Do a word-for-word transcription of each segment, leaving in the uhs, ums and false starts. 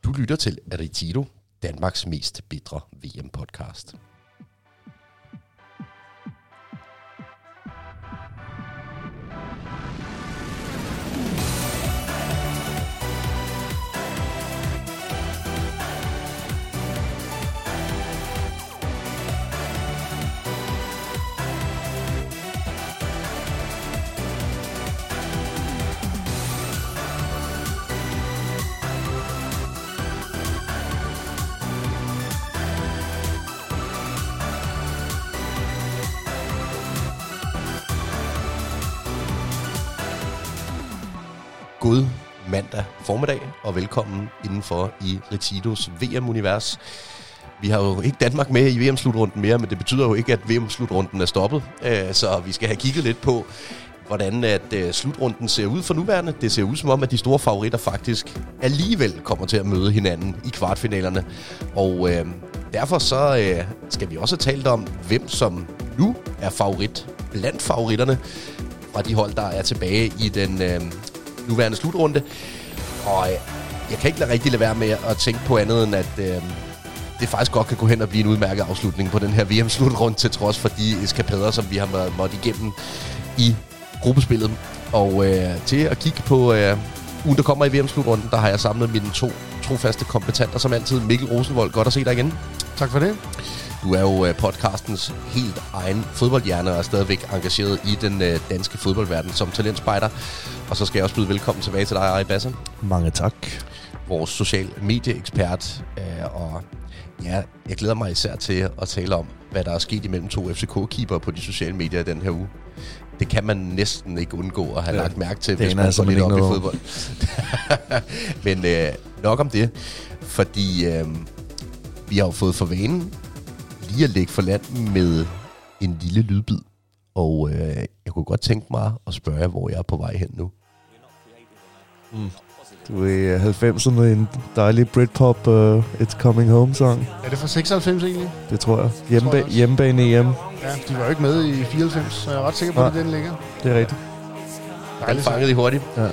Du lytter til Retiro, Danmarks mest bitre V M-podcast. God mandag formiddag, og velkommen indenfor i Retiros V M-univers. Vi har jo ikke Danmark med i V M-slutrunden mere, men det betyder jo ikke, at V M-slutrunden er stoppet. Så vi skal have kigget lidt på, hvordan at slutrunden ser ud for nuværende. Det ser ud som om, at de store favoritter faktisk alligevel kommer til at møde hinanden i kvartfinalerne. Og øh, derfor så øh, skal vi også have talt om, hvem som nu er favorit blandt favoritterne fra de hold, der er tilbage i den øh, nuværende slutrunde. Og øh, jeg kan ikke lade rigtig lade være med at tænke på andet end, at øh, det faktisk godt kan gå hen og blive en udmærket afslutning på den her V M-slutrunde, til trods for de eskapader, som vi har måttet igennem i gruppespillet. Og øh, til at kigge på øh, ugen, der kommer i V M-slutrunden, der har jeg samlet mine to trofaste kompetenter, som altid. Mikkel Rosenvold, godt at se dig igen. Tak for det. Du er jo øh, podcastens helt egen fodboldhjerne og er stadigvæk engageret i den øh, danske fodboldverden som talentspejder. Og så skal jeg også byde velkommen tilbage til dig, Ari Basse. Mange tak. Vores social medieekspert. Øh, og ja, jeg glæder mig især til at tale om, hvad der er sket imellem to F C K-keepere på de sociale medier den her uge. Det kan man næsten ikke undgå at have ja, lagt mærke til, hvis man altså går lidt op i fodbold. Men øh, nok om det, fordi øh, vi har jo fået for vanen lige at lægge for land med en lille lydbid. Og øh, jeg kunne godt tænke mig at spørge jer, hvor jeg er på vej hen nu. Mm. Du er i halvfemserne, en dejlig Britpop uh, It's Coming Home sang. Er det fra seksoghalvfems egentlig? Det tror jeg. Hjemmeba- tror jeg hjemmebane E M. Ja, de var jo ikke med i fireoghalvfems, så jeg er ret sikker på, ja, at den ligger. Det er rigtigt. Den fangede I hurtigt. Ja.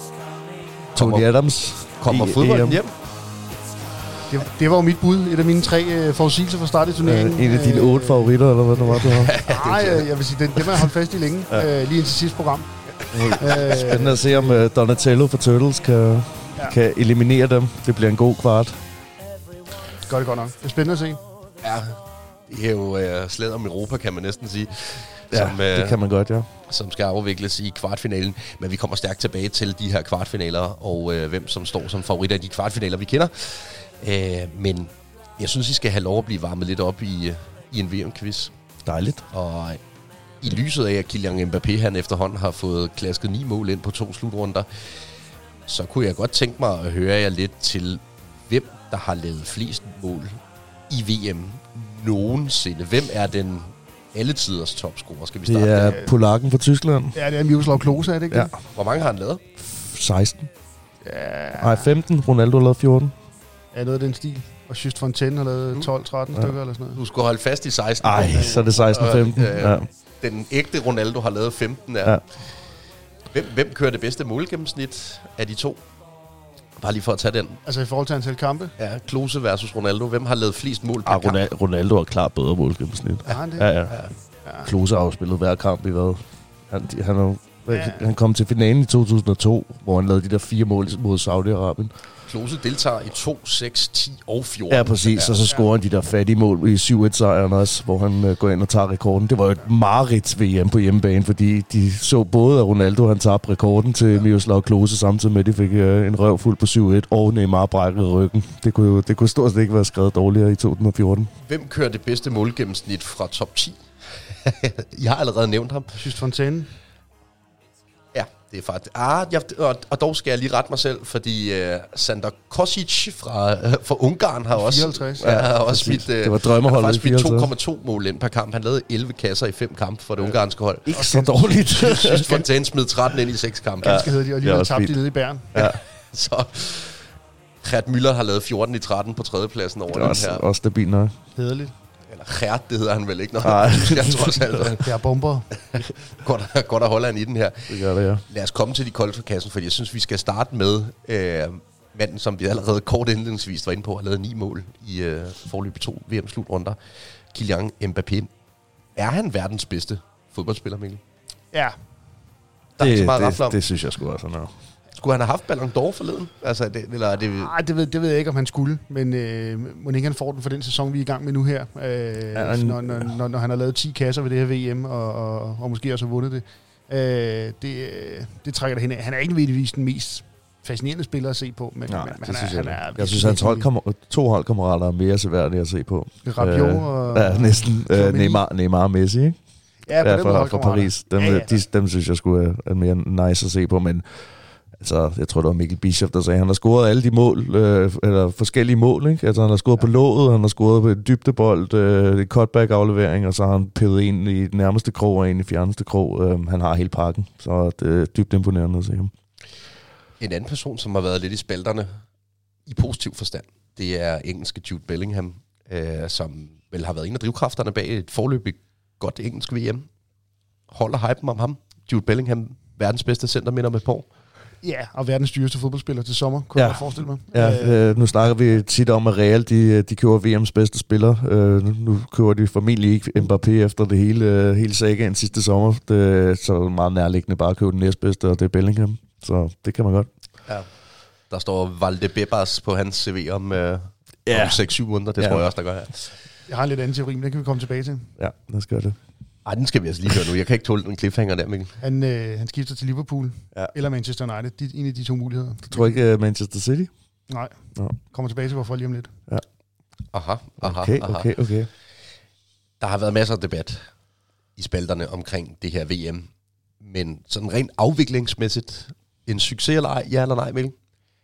Tony Adams. Kommer fodbolden hjem? Det, det var jo mit bud. Et af mine tre øh, forudsigelser fra start i turneringen. Ja, en af dine øh, otte favoritter, eller hvad det var, du har? Nej, øh, jeg vil sige, det, det må jeg holde fast i længe. Ja. Øh, lige indtil sidste program. øh, Spændende at se, om uh, Donatello fra Turtles kan, ja. kan eliminere dem. Det bliver en god kvart. Det gør det godt nok. Det er spændende at se. Ja, det er jo øh, slag om Europa, kan man næsten sige. Ja, som, øh, det kan man godt, ja. Som skal afvikles i kvartfinalen. Men vi kommer stærkt tilbage til de her kvartfinaler, og øh, hvem som står som favoritter i de kvartfinaler, vi kender. Øh, men jeg synes, I skal have lov at blive varmet lidt op i, i en V M-quiz. Dejligt. Og i lyset af, at Kylian Mbappé han efterhånden har fået klasket ni mål ind på to slutrunder, så kunne jeg godt tænke mig at høre jer lidt til, hvem der har lavet flest mål i V M nogensinde. Hvem er den alletiders topscorer? Skal vi starte? Det er med? Polakken fra Tyskland. Ja, det er Miroslav Klose, er det ikke? Ja. Det? Hvor mange har han lavet? seksten. Ja. Nej, femten. Ronaldo har lavet fjorten. Ja, noget af den stil. Og Just Fontaine har lavet tolv tretten ja. stykker eller sådan noget. Du skulle holde fast i seksten. Ej, så er det seksten femten. Øh, ja. Den ægte Ronaldo har lavet femten. Ja. Ja. Hvem, hvem kører det bedste målgennemsnit af de to? Bare lige for at tage den. Altså i forhold til antal kampe? Ja, Klose versus Ronaldo. Hvem har lavet flest mål per ah, kamp? Ronaldo, Ronaldo har klart bedre målgennemsnit. Ja, han det? Ja, ja. ja. Klose har jo spillet hver kamp i hvad? Han, han, han, ja. han kom til finalen i to tusind og to, hvor han lavede de der fire mål mod Saudi-Arabien. Klose deltager i to, seks, ti og fjorten. Ja, præcis. Ja. Og så scorer han de der fattige mål i syv et-sejren også, hvor han uh, går ind og tager rekorden. Det var jo et mareridt-V M på hjemmebane, fordi de så både, at Ronaldo han tabte rekorden til ja. Miroslav Klose, samtidig med, at de fik uh, en røv fuld på syv et, og Neymar brækkede ryggen. Det kunne jo det kunne stort set ikke være skrevet dårligere i to tusind og fjorten. Hvem kører det bedste målgennemsnit fra top ti? Jeg har allerede nævnt ham. Just Fontaine. Ja, det er faktisk... Ah, jeg, og, og dog skal jeg lige rette mig selv, fordi uh, Sandor Kosic fra, uh, fra Ungarn har også... fireoghalvtreds. Ja, har også smidt, uh, det var drømmeholdet. Han har faktisk smidt to komma to mål ind per kamp. Han lavede elleve kasser i fem kampe for det ja. ungarske hold. Ikke så dårligt. Just Fontaine smed tretten ind i seks kampe. Ganske ja. hedder de, og de har tabt de nede i Bern. Ja. Så Gert Müller har lavet fjorten i tretten på tredjepladsen over den her. Det er også stabilt nok. Hederligt. Eller Gert, det hedder han vel ikke, når Nej. jeg trods alt. Det er bomber. godt, godt at holde han i den her. Det gør det, ja. Lad os komme til de kolde for kassen, fordi jeg synes, vi skal starte med, øh, manden, som vi allerede kort indledningsvis var inde på, har lavet ni mål i øh, forløbet to V M-slutrunder. Kylian Mbappé. Er han verdens bedste fodboldspiller, Mikkel? Ja. Der det, er så meget det, det synes jeg sgu også, han er. Skulle han have haft Ballon d'Or forleden? Altså, det, eller er det... Nej, det ved, det ved jeg ikke, om han skulle. Men øh, må ikke han får den for den sæson, vi er i gang med nu her. Øh, ja, han, når, når, når, når han har lavet ti kasser ved det her V M, og, og, og måske også har vundet det. Øh, det, det trækker det hen. Han er ikke nødvendigvis den mest fascinerende spiller at se på. Men, Nej, men det han synes er, jeg, han er, jeg synes, hans holdkammer- to holdkammerater er mere seværdige at se på. Rabiot øh, og... Ja, næsten. Øh, Neymar, Neymar og Messi, ikke? Ja, på ja, den fra, fra Paris. Dem, ja, ja. De, dem synes jeg skulle er, er mere nice at se på, men altså, jeg tror, det var Mikkel Bischoff, der sagde, han har scoret alle de mål, øh, eller forskellige mål, ikke? Altså, han har scoret ja. på låget, han har scoret på et dybdebold, øh, et cutback-aflevering, og så har han pillet en i den nærmeste krog og en i fjerneste krog. Øh, han har hele pakken, så det er dybt imponerende at se ham. En anden person, som har været lidt i spalterne i positiv forstand, det er engelske Jude Bellingham, øh, som vel har været en af drivkræfterne bag et forløbigt godt engelsk V M. Holder hypen om ham. Jude Bellingham, verdens bedste centerminder med på. Ja, og verdens dyreste fodboldspiller til sommer, kunne ja. jeg forestille mig. Ja, øh, nu snakker vi tit om, at Real de, de køber V M's bedste spiller. Øh, nu køber de formentlig ikke Mbappé efter det hele, hele sagaen sidste sommer. Det, så er det meget nærliggende bare at købe den næstbedste, og det er Bellingham. Så det kan man godt. Ja. Der står Valdebebas på hans C V om, øh, ja. om seks syv måneder. Det ja. tror jeg også, der gør her. Jeg har en lidt anden teori, men den kan vi komme tilbage til. Ja, lad os gøre det. Ej, den skal vi altså lige høre nu. Jeg kan ikke tåle den cliffhanger der, Mikkel. Han, øh, han skifter til Liverpool ja. eller Manchester United. De, en af de to muligheder. Du tror ikke uh, Manchester City? Nej. Nå. Kommer tilbage til, hvorfor lige om lidt. Ja. Aha, aha, okay, aha. okay, okay. Der har været masser af debat i spalterne omkring det her V M. Men sådan rent afviklingsmæssigt, en succes eller ej? Ja eller nej, Mikkel?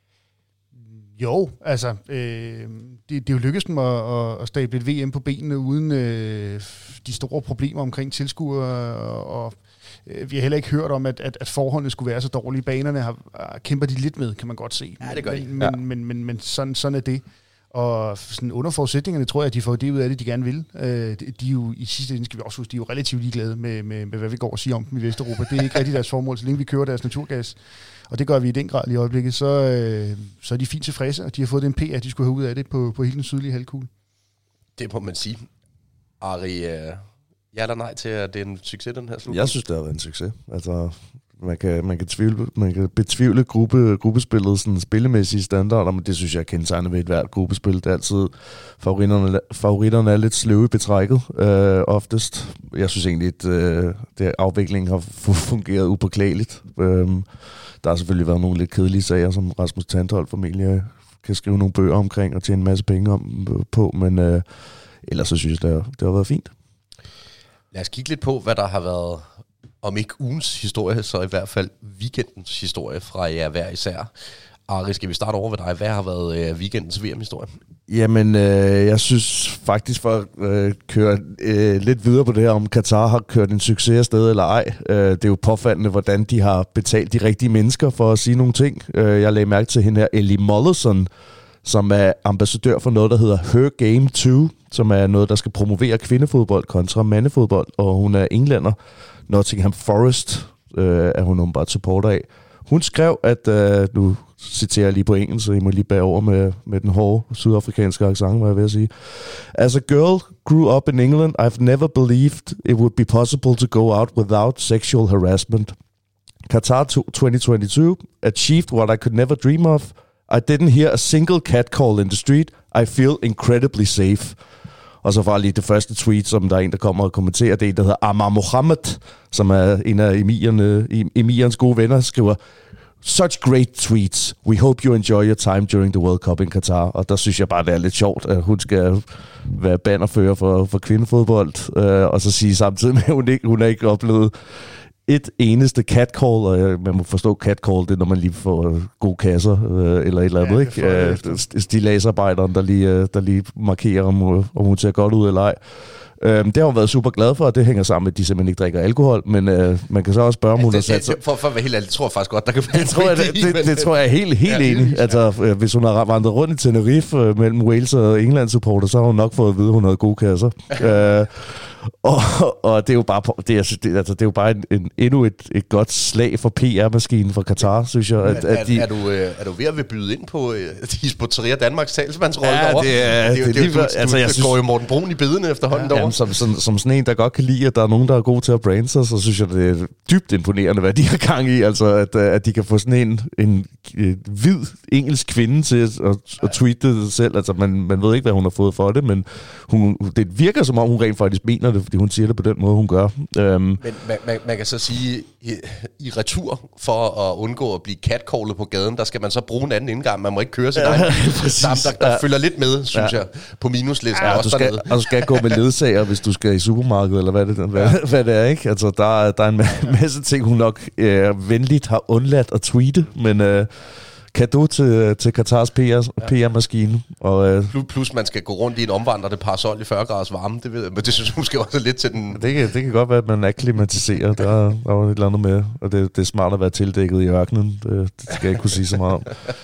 Jo, altså, øh, det, det er jo lykkedes dem at, at, at stable et V M på benene uden øh, de store problemer omkring tilskuere, og, og øh, vi har heller ikke hørt om, at, at, at forholdene skulle være så dårlige. Banerne har, har kæmper de lidt med, kan man godt se. Ja, det gør de. Men, Ja. men, men, men, men sådan, sådan er det. Og sådan under forudsætningerne tror jeg, at de får det ud af det, de gerne vil. Øh, de er jo, i sidste ende skal vi også huske, de er jo relativt ligeglade med, med, med, hvad vi går og siger om dem i Vesteuropa. Det er ikke rigtig deres formål, så længe vi kører deres naturgas. Og det gør vi i den grad i øjeblikket, så, øh, så er de fint tilfredse, og de har fået den P R, de skulle have ud af det på, på hele den sydlige halvkugle. Det må man sige. Ari, øh, ja eller nej til, at det er en succes, den her slut? Jeg synes, det har været en succes. Altså, man kan, man kan, tvivle, man kan betvivle gruppe, gruppespillet sådan spillemæssige standarder, men det synes jeg er kendetegnet ved et hvert gruppespil. Det er altid, favoritterne, favoritterne er lidt sløve i betrækket, øh, oftest. Jeg synes egentlig, at øh, det afviklingen har fungeret upåklageligt. Øh, Der har selvfølgelig været nogle lidt kedelige sager, som Rasmus Tandholt familie kan skrive nogle bøger omkring og tjene en masse penge om, på, men øh, ellers så synes jeg, det har, det har været fint. Lad os kigge lidt på, hvad der har været, om ikke ugens historie, så i hvert fald weekendens historie fra jer hver især. Ari, skal vi starte over ved dig? Hvad har været øh, weekendens V M-historie? Jamen, øh, jeg synes faktisk, for at øh, køre øh, lidt videre på det her, om Katar har kørt en succes afsted eller ej. Øh, det er jo påfaldende, hvordan de har betalt de rigtige mennesker for at sige nogle ting. Øh, jeg lagde mærke til hende her, Ellie Mollison, som er ambassadør for noget, der hedder Her Game to, som er noget, der skal promovere kvindefodbold kontra mandefodbold, og hun er englænder. Nottingham Forest øh, er hun bare supporter af. Hun skrev, at, øh, nu citerer jeg lige på engelsk, så I må lige bage over med, med den hårde sydafrikanske accent, hvad jeg vil sige. As a girl grew up in England, I've never believed it would be possible to go out without sexual harassment. Qatar twenty twenty-two achieved what I could never dream of. I didn't hear a single catcall in the street. I feel incredibly safe. Og så bare lige det første tweet, som der er en, der kommer og kommenterer, det er en, der hedder Amar Mohammed, som er en af Emirerne, Emirens gode venner, skriver, such great tweets. We hope you enjoy your time during the World Cup in Qatar. Og der synes jeg bare, det er lidt sjovt, at hun skal være bannerfører for, for kvindefodbold, øh, og så sige samtidig med, at hun ikke, hun er ikke oplevet et eneste catcall, og man må forstå catcall, det er, når man lige får gode kasser, øh, eller et eller andet, ja, ikke? Stilladsarbejderen, der lige, der lige markerer, om, om hun ser godt ud eller ej. Øhm, det har hun været super glad for, og det hænger sammen med, at de simpelthen ikke drikker alkohol, men øh, man kan så også spørge, om hun altså, har sat sig... For, for at være helt ærlig, det tror jeg faktisk godt, der kan være det, tror jeg, det, det, men, det tror jeg er helt, helt ja, enig. Altså, øh, hvis hun har vandret rundt i Tenerife øh, mellem Wales og England supporter, så har hun nok fået at vide, at hun havde gode kasser. øh, og, og det er jo bare, det er, det, altså, det er jo bare en, en, endnu et, et godt slag for P R-maskinen fra Katar, synes jeg. At, at de, er, er, du, er du ved at vil byde ind på uh, Hizb ut-Tahrir Danmarks talsmandsrolle ja, derovre? det er, det er, det er, det er, altså, jeg synes, går jo Morten Brun i bedene efterhånden ja, derovre. Jamen, som, som, som sådan en, der godt kan lide, at der er nogen, der er gode til at brande sig, så synes jeg, det er dybt imponerende, hvad de har gang i. Altså, at, at de kan få sådan en, en, en hvid engelsk kvinde til at, at, at tweete det selv. Altså, man, man ved ikke, hvad hun har fået for det, men hun, det virker, som om hun rent faktisk mener det, fordi hun siger det på den måde, hun gør. Um, men man, man, man kan så sige, i, i retur, for at undgå at blive catcallet på gaden, der skal man så bruge en anden indgang. Man må ikke køre sin egen. Der, der, der ja. følger lidt med, synes ja. jeg, på minuslisten. Ja, også du skal, og du skal gå med ledsager, hvis du skal i supermarkedet, eller hvad det, hvad, ja. hvad det er, ikke? Altså, der, der er en masse ting, hun nok øh, venligt har undladt at tweete, men... Øh, Kado til, til Katars P R-maskine. Og, øh, plus, plus man skal gå rundt i en omvandrende parasol i fyrre graders varme, det ved jeg, men det synes jeg måske også er lidt til den... Det kan, det kan godt være, at man akklimatiserer. Der, der var et eller andet med, og det, det er smart at være tildækket i ørkenen. Det, det skal jeg ikke kunne sige så meget om.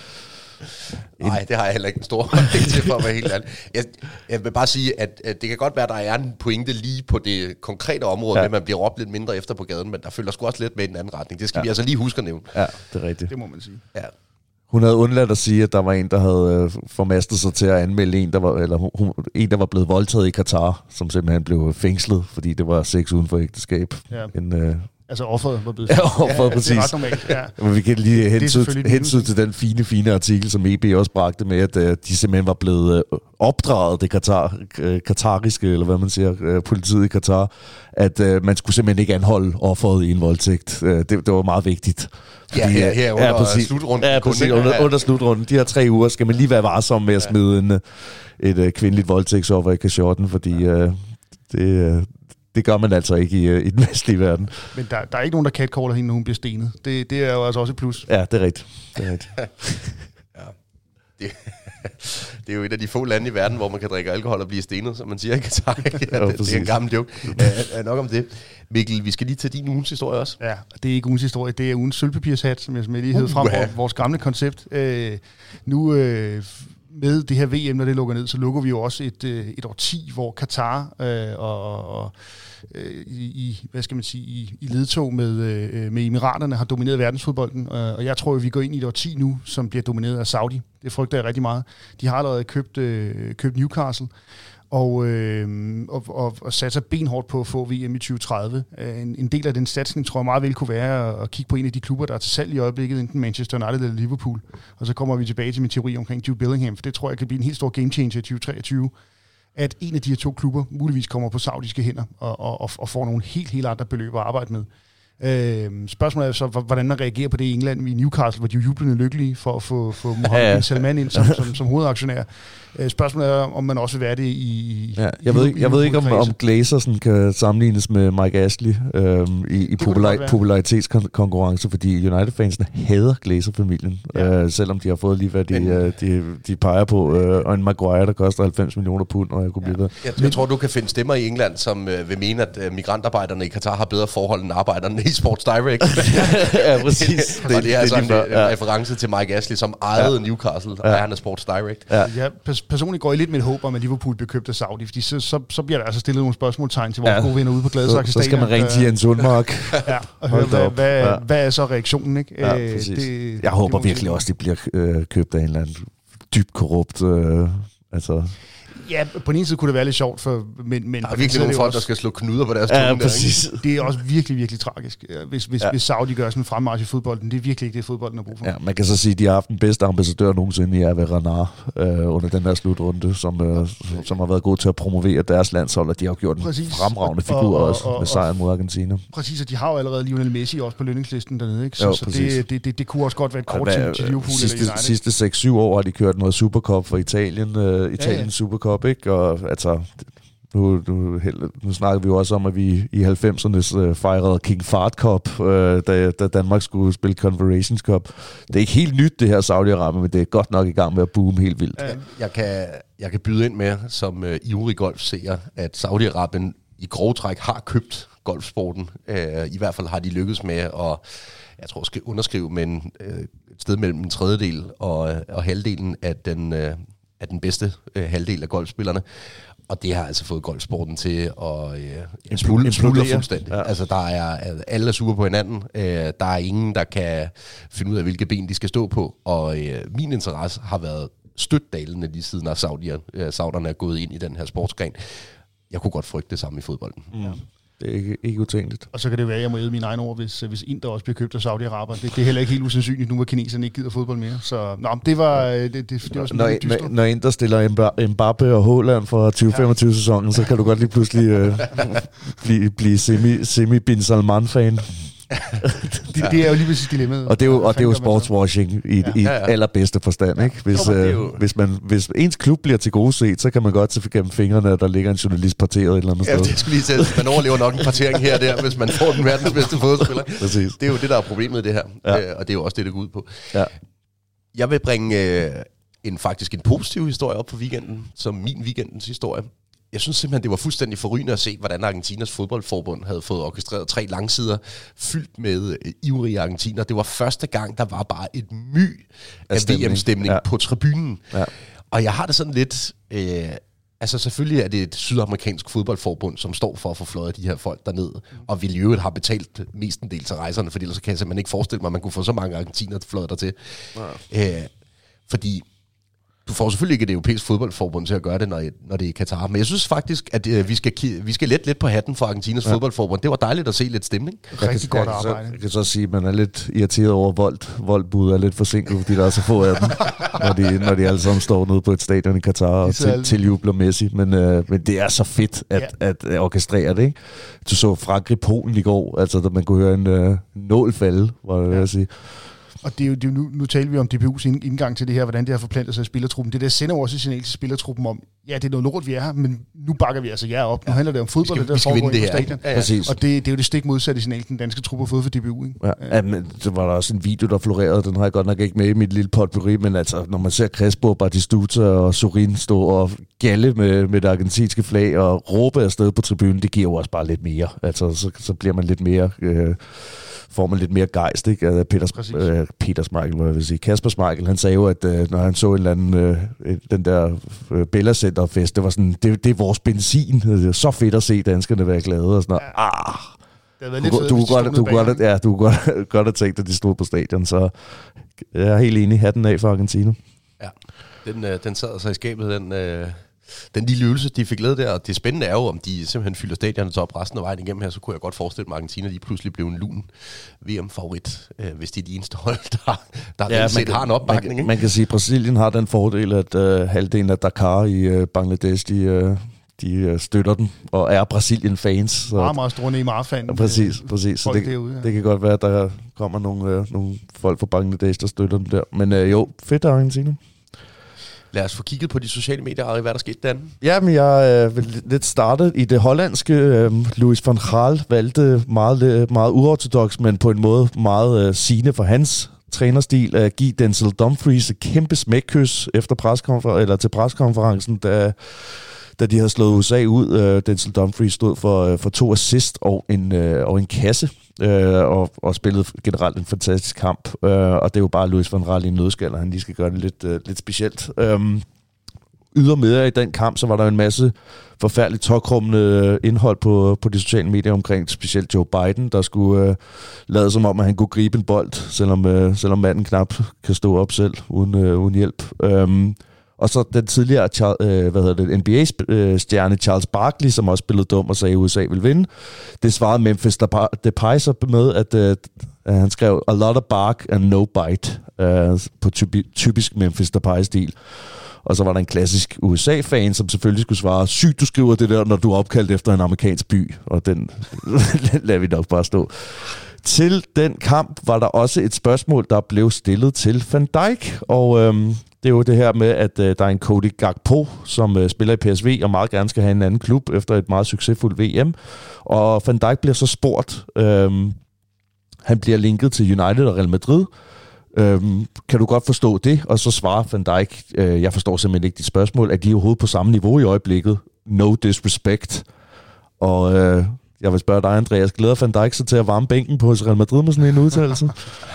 Nej, det har jeg heller ikke en stor holdning til, for at være helt ærlig. Jeg, jeg vil bare sige, at, at det kan godt være, at der er en pointe lige på det konkrete område, ja. med at man bliver råbt lidt mindre efter på gaden, men der følger sgu også lidt med i den anden retning. Det skal ja. vi altså lige huske at nævne. Ja, det er rigtigt. Det må man sige. Ja. Hun havde undladt at sige, at der var en, der havde øh, formastet sig til at anmelde en, der var, eller hun, en, der var blevet voldtaget i Katar, som simpelthen blev fængslet, fordi det var sex uden for ægteskab. Ja. En, øh, altså offeret var blevet ja, offeret, ja, præcis. Det er ret normalt, ja. Men vi kan lige hensyn til den fine, fine artikel, som E B også bragte med, at øh, de simpelthen var blevet øh, opdraget, det katar, øh, katariske, eller hvad man siger, øh, politiet i Katar, at øh, man skulle simpelthen ikke anholde offeret i en voldtægt. Øh, det, det var meget vigtigt. Fordi, ja, her, her under ja, slutrunden. Ja, præcis, under, under slutrunden. De her tre uger skal man lige være varsom med at smide en, et uh, kvindeligt voldtægtsoffer i kashotten, fordi uh, det, uh, det gør man altså ikke i, uh, i den vestlige verden. Men der, der er ikke nogen, der catcaller hende, når hun bliver stenet. Det, det er jo altså også et plus. Ja, det er rigtigt. Det er rigtigt. ja. Det, det er jo et af de få lande i verden, hvor man kan drikke alkohol og blive stenet, som man siger i Katar. det, ja, det er en gammel joke. Ja, nok om det. Mikkel, vi skal lige til din ugens historie også. Ja, det er ikke ugens historie, det er ugens sølvpapirshat, som jeg lige hed frem for vores gamle koncept. Øh, nu øh, med det her V M, når det lukker ned, så lukker vi jo også et, øh, et årti, hvor Katar øh, og, og øh, i, hvad skal man sige, i, i ledtog med, øh, med Emiraterne har domineret verdensfodbolden, og jeg tror, at vi går ind i et årti nu, som bliver domineret af Saudi. Det frygter jeg rigtig meget. De har allerede købt, øh, købt Newcastle, og, øh, og, og, og sat sig benhårdt på at få V M i tyve tredive. En, en del af den satsning tror jeg meget vel kunne være at, at kigge på en af de klubber, der er til salg i øjeblikket, enten Manchester United eller Liverpool. Og så kommer vi tilbage til min teori omkring Jude Bellingham, for det tror jeg kan blive en helt stor game changer i tyve treogtyve, at en af de her to klubber muligvis kommer på saudiske hænder og, og, og får nogle helt, helt andre beløb at arbejde med. Øh, spørgsmålet er så, hvordan man reagerer på det i England, i Newcastle, hvor de er jublende lykkelige for at få, få Mohammed ja, ja. bin Salman ind som, som, som hovedaktionær. Øh, spørgsmålet er, om man også vil være det i... Ja, jeg, ved, jeg ved ikke, om, om Glazer sådan kan sammenlignes med Mike Ashley øh, i, i popular, popularitetskonkurrence, fordi United-fansene hader Glazer-familien, ja. øh, selvom de har fået lige hvad de, Men, de, de peger på, øh, og en Maguire, der koster halvfems millioner pund, og jeg kunne ja. blive der. Jeg, jeg tror, du kan finde stemmer i England, som øh, vil mene, at øh, migrantarbejderne i Katar har bedre forhold end arbejderne i Sports Direct. ja, præcis. det, og det er altså en, en ja. reference til Mike Ashley, som ejede ja. Newcastle, og ja. han er Sports Direct. Ja. Ja, personligt går jeg lidt med et håb om, at Liverpool bliver købt af Saudi, fordi så, så, så bliver der altså stillet nogle spørgsmålstegn til vores ja. gode venner ude på Gladsaxe Stadion. Så skal man ringe til Jens Undmark. ja, og høre, hvad, hvad, ja. hvad er så reaktionen? Ikke? Ja, det, jeg håber det virkelig også, at de bliver øh, købt af en eller anden dybt korrupt... Øh, altså... Ja, på den ene side kunne det være lidt sjovt, for, men... men der er virkelig nogle folk, også, der skal slå knuder på deres ja, tunge. Præcis. Der, det er også virkelig, virkelig tragisk, hvis, hvis, ja. hvis Saudi gør sådan en fremmarch i fodbolden. Det er virkelig ikke det, fodbolden har brug for. Ja, man kan så sige, at de har haft den bedste ambassadør nogensinde i Hervé Renard øh, under den her slutrunde, som, øh, som har været god til at promovere deres landshold, og de har gjort en præcis. fremragende figur og, og, også og, med sejren mod Argentina. Præcis, og de har jo allerede Lionel Messi også på lønningslisten dernede, ikke? Så, jo, så det, det, det, det kunne også godt være et kort til, til Liverpool sidste, eller United. Sidste seks syv år har de kørt noget Supercup for Italien, øh, Italien ja, ja. Supercup, ikke? Og altså, Nu, nu, nu snakker vi jo også om, at vi i halvfemserne øh, fejrede King Fahd Cup, øh, da, da Danmark skulle spille Confederations Cup. Det er ikke helt nyt, det her Saudi-Arabien, men det er godt nok i gang med at boome helt vildt. Jeg, jeg, kan, jeg kan byde ind med, som øh, ivrig golfseer, at Saudi-Arabien i grove træk har købt golfsporten. Øh, I hvert fald har de lykkedes med at, jeg tror, skal underskrive med en, øh, et sted mellem en tredjedel og, og halvdelen af den, øh, af den bedste øh, halvdel af golfspillerne. Og det har altså fået golfsporten til at øh, smuldre fuldstændig. Ja. Altså, der er, alle er sure på hinanden. Øh, der er ingen, der kan finde ud af, hvilke ben de skal stå på. Og øh, min interesse har været stødt dalende lige siden, at Saudierne, øh, Sauderne er gået ind i den her sportsgren. Jeg kunne godt frygte det samme i fodbolden. Mm. Ja. Det er ikke, ikke utænkeligt. Og så kan det være, at jeg må æde mine egne ord, hvis, hvis Inter også bliver købt af Saudi-Araberne. Det, det er heller ikke helt usandsynligt, nu hvor kineserne ikke gider fodbold mere. Så nå, det var, det, det, det var sådan når, lidt dystert. Når Inter stiller Mbappe og Haaland fra tyve femogtyve-sæsonen, så kan du godt lige pludselig øh, blive, blive semi, semi-Bin Salman-fan. det, det er jo lige præcis dilemmaet. Og det er jo, og det er jo sportswashing i, ja. i ja, ja. allerbedste forstand. Ikke? Hvis, øh, jo... hvis, man, hvis ens klub bliver til gode set, så kan man godt se gennem fingrene, at der ligger en journalist parteret et eller andet ja, sted. Det skulle lige sige, man overlever nok en partering her og der, hvis man får den verdens bedste fodboldspiller. Præcis. Det er jo det, der er problemet i det her. Ja. Øh, og det er jo også det, det går ud på. Ja. Jeg vil bringe øh, en faktisk en positiv historie op på weekenden, som min weekendens historie. Jeg synes simpelthen, det var fuldstændig forrygende at se, hvordan Argentinas fodboldforbund havde fået orkestreret tre langsider fyldt med øh, ivrige argentiner. Det var første gang, der var bare et my af V M-stemning ja. på tribunen. Ja. Og jeg har det sådan lidt... Øh, altså selvfølgelig er det et sydamerikansk fodboldforbund, som står for at få fløjet de her folk derned, mm. og vil jo have betalt mestendels af rejserne, for ellers kan jeg simpelthen ikke forestille mig, at man kunne få så mange argentiner fløjet dertil. Ja. Øh, fordi... Du får selvfølgelig ikke et europæisk fodboldforbund til at gøre det, når, når det er i Katar. Men jeg synes faktisk, at øh, vi skal vi skal lette lidt på hatten for Argentinas ja. fodboldforbund. Det var dejligt at se lidt stemning. Rigtig godt arbejde. Jeg, jeg kan så sige, at man er lidt irriteret over Volt. Voltbud er lidt forsinket, fordi der er så få af dem, når de, når de alle sammen står nede på et stadion i Katar og til, tiljubler Messi. Men, øh, men det er så fedt at, ja. at, at orkestrere det, ikke? Du så Frankrig-Polen i går, altså da man kunne høre en øh, nål falde, var det ja. jeg sige. Og det er jo, det er jo nu, nu taler vi om D B U's indgang til det her, hvordan det har forplantet sig i spillertruppen. Det der sender jo også et signal til spillertruppen om, ja, det er noget lort, vi er her, men nu bakker vi altså jer op. Nu handler det om fodbold, det der foregår i stadion. Ja, ja. Og det, det er jo det stik modsatte signal, den danske truppe har fået for D B U. Ikke? Ja, ja. Men så var der også en video, der florerede, den har jeg godt nok ikke med i mit lille potpourri, men altså, når man ser Crespo, Batistuta og Sorin stå og galle med, med det argentinske flag og råbe afsted på tribunen, det giver jo også bare lidt mere. Altså, så, så bliver man lidt mere... Øh, får man lidt mere gejst, ikke? Peters, øh, Peters Michael, hvad jeg vil sige. Kasper Michael, han sagde jo, at øh, når han så en eller anden, øh, den der øh, Bella Center-fest, det var sådan, det, det er vores benzin. Det er så fedt at se danskerne være glade og sådan noget. Ja. Ah, det var lidt du, fedt, du, godt, du, godt, ja, du kunne godt, godt have tænkt, at de stod på stadion, så jeg er helt enig. Hatten af for Argentina. Ja, den, øh, den sad så i skabet, den... Øh Den lille øvelse, de fik lavet der, og det spændende er jo, om de simpelthen fylder stadionet op resten af vejen igennem her, så kunne jeg godt forestille mig, at Argentina de pludselig blev en lun V M-favorit, øh, hvis de er de eneste hold, der, der ja, set har en opbakning. Man, man kan sige, at Brasilien har den fordel, at øh, halvdelen af Dakar i øh, Bangladesh, de, øh, de øh, støtter den, og er Brasilien-fans. Meget, meget store Neymar-fan. Ja, præcis, præcis. Så det, derude, ja. det kan godt være, at der kommer nogle, øh, nogle folk fra Bangladesh, der støtter dem der. Men øh, jo, fedt Argentina. Lad os få kigget på de sociale medier, Ari. Hvad der skete den? Jamen, jeg øh, vil lidt starte i det hollandske. Øh, Louis van Gaal valgte meget, meget uortodoks, men på en måde meget øh, sigende for hans trænerstil at give Denzel Dumfries et kæmpe smækkys efter preskonfer- eller til preskonferencen, da, da de havde slået U S A ud. Øh, Denzel Dumfries stod for, øh, for to assist og en, øh, og en kasse. Øh, og, og spillede generelt en fantastisk kamp, øh, og det er jo bare Louis van Gaal i en nødskal, og han lige skal gøre det lidt, øh, lidt specielt. Øh, ydermere i den kamp, så var der en masse forfærdeligt tokrummende indhold på, på de sociale medier omkring, specielt Joe Biden, der skulle øh, lade som om, at han kunne gribe en bold, selvom, øh, selvom manden knap kan stå op selv uden, øh, uden hjælp. Øh, Og så den tidligere øh, hvad hedder det, N B A-stjerne Charles Barkley, som også spillede dum og sagde, at U S A ville vinde. Det svarede Memphis Depay så med, at øh, Uh, han skrev, a lot of bark and no bite, uh, på typi- typisk Memphis Depay-stil. Og så var der en klassisk U S A-fan, som selvfølgelig skulle svare, sygt du skriver det der, når du er opkaldt efter en amerikansk by. Og den lader vi nok bare stå. Til den kamp var der også et spørgsmål, der blev stillet til Van Dijk. Og øhm, det er jo det her med, at øh, der er en Cody Gakpo, som øh, spiller i P S V og meget gerne skal have en anden klub efter et meget succesfuldt V M. Og Van Dijk bliver så spurgt. Øhm, han bliver linket til United og Real Madrid. Øhm, kan du godt forstå det? Og så svarer Van Dijk, øh, jeg forstår simpelthen ikke dit spørgsmål, at de er overhovedet på samme niveau i øjeblikket. No disrespect. Og øh, jeg vil spørge dig, Andreas, glæder Van Dijk sig til at varme bænken på Real Madrid med sådan en udtalelse?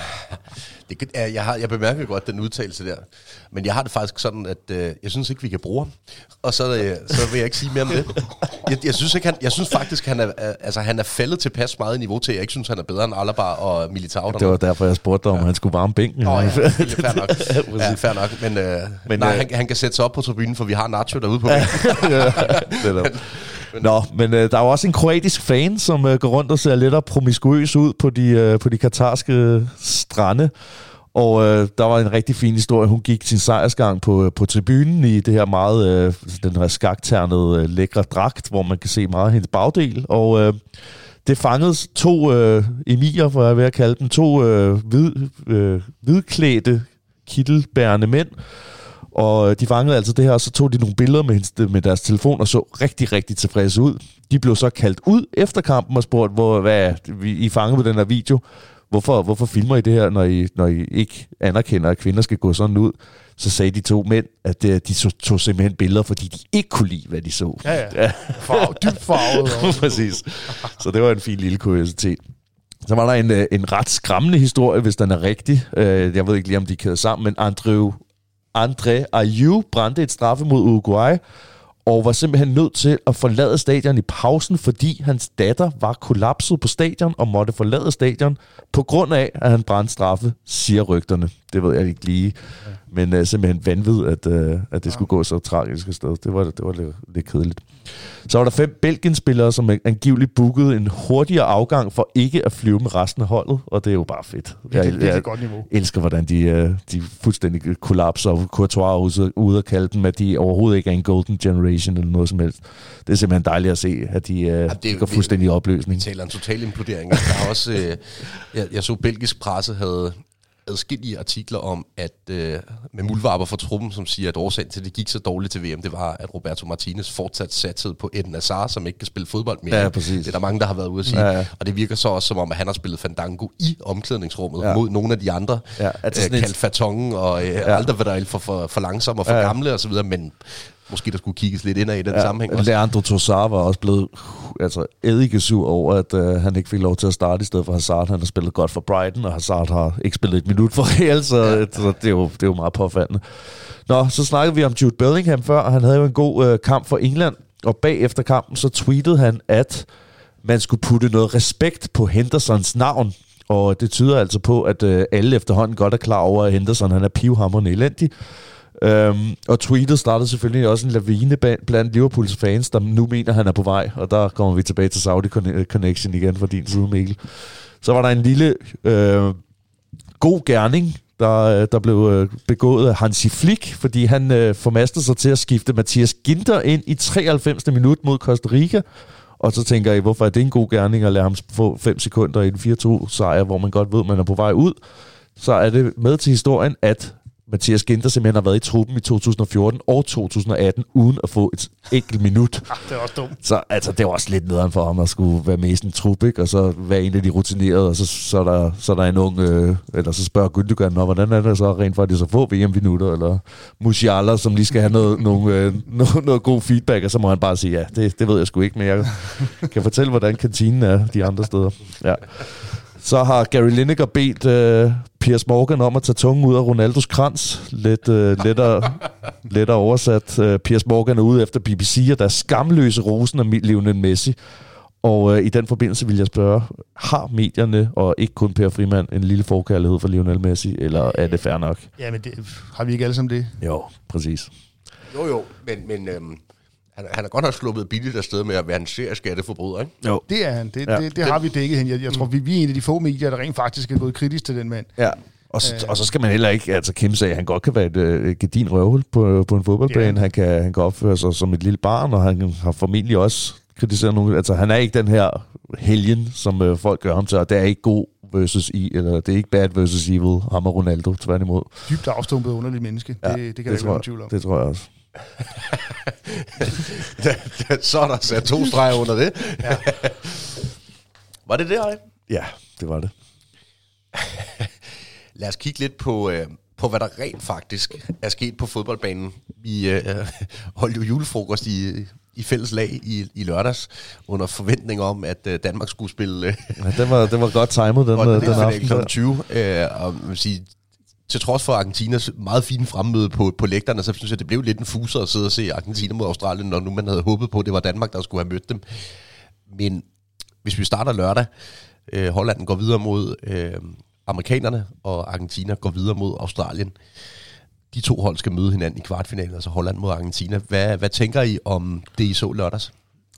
Det, jeg, har, jeg bemærker godt den udtalelse der, men jeg har det faktisk sådan, at øh, jeg synes ikke, vi kan bruge ham. Og så, øh, så vil jeg ikke sige mere om det. Jeg, jeg, synes, ikke, han, jeg synes faktisk, han er, altså, han er faldet tilpas meget i niveau til, jeg ikke synes, han er bedre end Alaba og Militao. Det var derfor, jeg spurgte dig, om ja. han skulle varme bænken. Nå ja, det er fair nok. Ja, fair nok. Men, øh, men nej, øh, han, han kan sætte sig op på tribunen, for vi har Nacho derude på bænken. Ja, det er Men. Nå, men øh, der er jo også en kroatisk fan, som øh, går rundt og ser lidt promiskuøs ud på de, øh, på de katarske strande. Og øh, der var en rigtig fin historie. Hun gik sin sejrsgang på, på tribunen i det her meget, øh, den her skakternede, øh, lækre dragt, hvor man kan se meget af hendes bagdel. Og øh, det fangede to øh, emirer, for jeg vil at kalde dem, to øh, hvid, øh, hvidklædte, kittelbærende mænd. Og de fangede altså det her, og så tog de nogle billeder med, hendes, med deres telefon og så rigtig, rigtig tilfredse ud. De blev så kaldt ud efter kampen og spurgt, hvor, hvad I fangede på den her video. Hvorfor, hvorfor filmer I det her, når I, når I ikke anerkender, at kvinder skal gå sådan ud? Så sagde de to mænd, at de tog, tog simpelthen billeder, fordi de ikke kunne lide, hvad de så. Ja, ja. Farve, dybt farvet. Præcis. Så det var en fin lille kuriositet. Så var der en, en ret skræmmende historie, hvis den er rigtig. Jeg ved ikke lige, om de kæder sammen, men Andrew André Ayew brændte et straffe mod Uruguay, og var simpelthen nødt til at forlade stadion i pausen, fordi hans datter var kollapset på stadion og måtte forlade stadion på grund af, at han brændte straffe, siger rygterne. Det ved jeg ikke lige, men uh, simpelthen vanvid, at, uh, at det skulle gå så tragisk et sted. Det var, det var lidt, lidt kedeligt. Så var der fem Belgien-spillere, som angiveligt bookede en hurtigere afgang for ikke at flyve med resten af holdet, og det er jo bare fedt. Jeg, det, det er jeg et godt niveau. elsker, hvordan de, de fuldstændig kollapser, og Courtois er ude at kalde dem, at de overhovedet ikke er en golden generation eller noget som helst. Det er simpelthen dejligt at se, at de, ja, det, de går fuldstændig i opløsning. Vi taler en total implodering. Der er også, øh, jeg, jeg så belgisk presse havde adskillige artikler om, at øh, med muldvarper fra truppen, som siger, at årsagen til, at det gik så dårligt til V M, det var, at Roberto Martinez fortsat satsede på Eden Hazard, som ikke kan spille fodbold mere. Ja, præcis. Det er der mange, der har været ude at sige. Ja, ja. Og det virker så også som om, at han har spillet Fandango i omklædningsrummet ja. mod nogle af de andre. Ja, øh, kaldt Fatongen og øh, ja. Alderweireld for, for, for langsomme og for ja. gamle osv., men måske der skulle kigges lidt indad i den ja, sammenhæng også. Leandro Trossard var også blevet altså, eddikesur over, at uh, han ikke fik lov til at starte i stedet for Hazard. Han har spillet godt for Brighton, og Hazard har ikke spillet et minut for Real, så, ja. så det, er jo, det er jo meget påfaldende. Nå, så snakkede vi om Jude Bellingham før, og han havde jo en god uh, kamp for England, og bagefter kampen så tweetede han, at man skulle putte noget respekt på Hendersons navn, og det tyder altså på, at uh, alle efterhånden godt er klar over, at Henderson han er pivhamrende elendig. Um, og tweetet startede selvfølgelig også en lavine blandt Liverpools fans, der nu mener, han er på vej, og der kommer vi tilbage til Saudi Connection igen fra din side, Mikkel. Så var der en lille øh, god gerning, der, der blev begået af Hansi Flick, fordi han øh, formastede sig til at skifte Mathias Ginter ind i treoghalvfemste minut mod Costa Rica, og så tænker jeg, hvorfor er det en god gerning at lade ham få fem sekunder i en fire to sejr, hvor man godt ved, man er på vej ud. Så er det med til historien, at Mathias Ginter simpelthen har været i truppen i to tusind og fjorten og to tusind og atten, uden at få et enkelt minut. Det er også dumt. Så altså, det var også lidt nederen for ham at skulle være med i sådan en trup, ikke? Og så være en af de rutinerede, og så, så, er, der, så er der en ung, øh, eller så spørger Gündogan, hvordan er det så rent faktisk at få V M-minutter, eller Musiala, som lige skal have noget, nogle, øh, noget, noget god feedback, og så må han bare sige, ja, det, det ved jeg sgu ikke, men jeg kan fortælle, hvordan kantinen er de andre steder. Ja. Så har Gary Lineker bedt uh, Piers Morgan om at tage tungen ud af Ronaldos krans. Lidt uh, lettere, lettere oversat. Uh, Piers Morgan er ude efter B B C, og der er skamløse rosen af Lionel Messi. Og uh, i den forbindelse vil jeg spørge, har medierne, og ikke kun Per Frimand, en lille forkærlighed for Lionel Messi, eller er det fair nok? Ja, men det, har vi ikke alle sammen det? Jo, præcis. Jo, jo, men, men øhm, Han, han er godt nok sluppet billigt afsted med at være en serieskatteforbryder, ikke? Jo. Det er han. Det, Ja. det, det har vi dækket hen. Jeg, jeg tror, vi, vi er en af de få medier, der rent faktisk er gået kritisk til den mand. Ja. Og, så, og så skal man heller ikke, altså Kim sagde, at han godt kan være et, et gedin røvhul på, på en fodboldbane. Ja. Han, kan, han kan opføre sig som et lille barn, og han har formentlig også kritiseret nogen. Altså han er ikke den her helgen, som øh, folk gør ham til, og det er ikke god versus i, eller det er ikke bad versus evil, ham og Ronaldo, tværtimod. Dybt afstumpet underligt menneske. Ja, det, det kan det der ikke være være tvivl om. Det tror jeg også. Så er der sat to streger under det. Ja. Var det det, Ej? Ja, det var det. Lad os kigge lidt på, øh, på, hvad der rent faktisk er sket på fodboldbanen. Vi øh, holdt jo julefrokost i, i fælles lag i, i lørdags, under forventning om, at øh, Danmark skulle spille... Øh, Ja, det var, det var godt timet, den, og den, den aften. klokken tyve. Øh, og man vil sige, til trods for Argentinas meget fine fremmøde på, på lægterne, så synes jeg, det blev lidt en fuser at sidde og se Argentina mod Australien, når nu man havde håbet på, at det var Danmark, der skulle have mødt dem. Men hvis vi starter lørdag, øh, Holland går videre mod øh, amerikanerne, og Argentina går videre mod Australien. De to hold skal møde hinanden i kvartfinalen, altså Holland mod Argentina. Hvad, hvad tænker I om det, I så lørdags?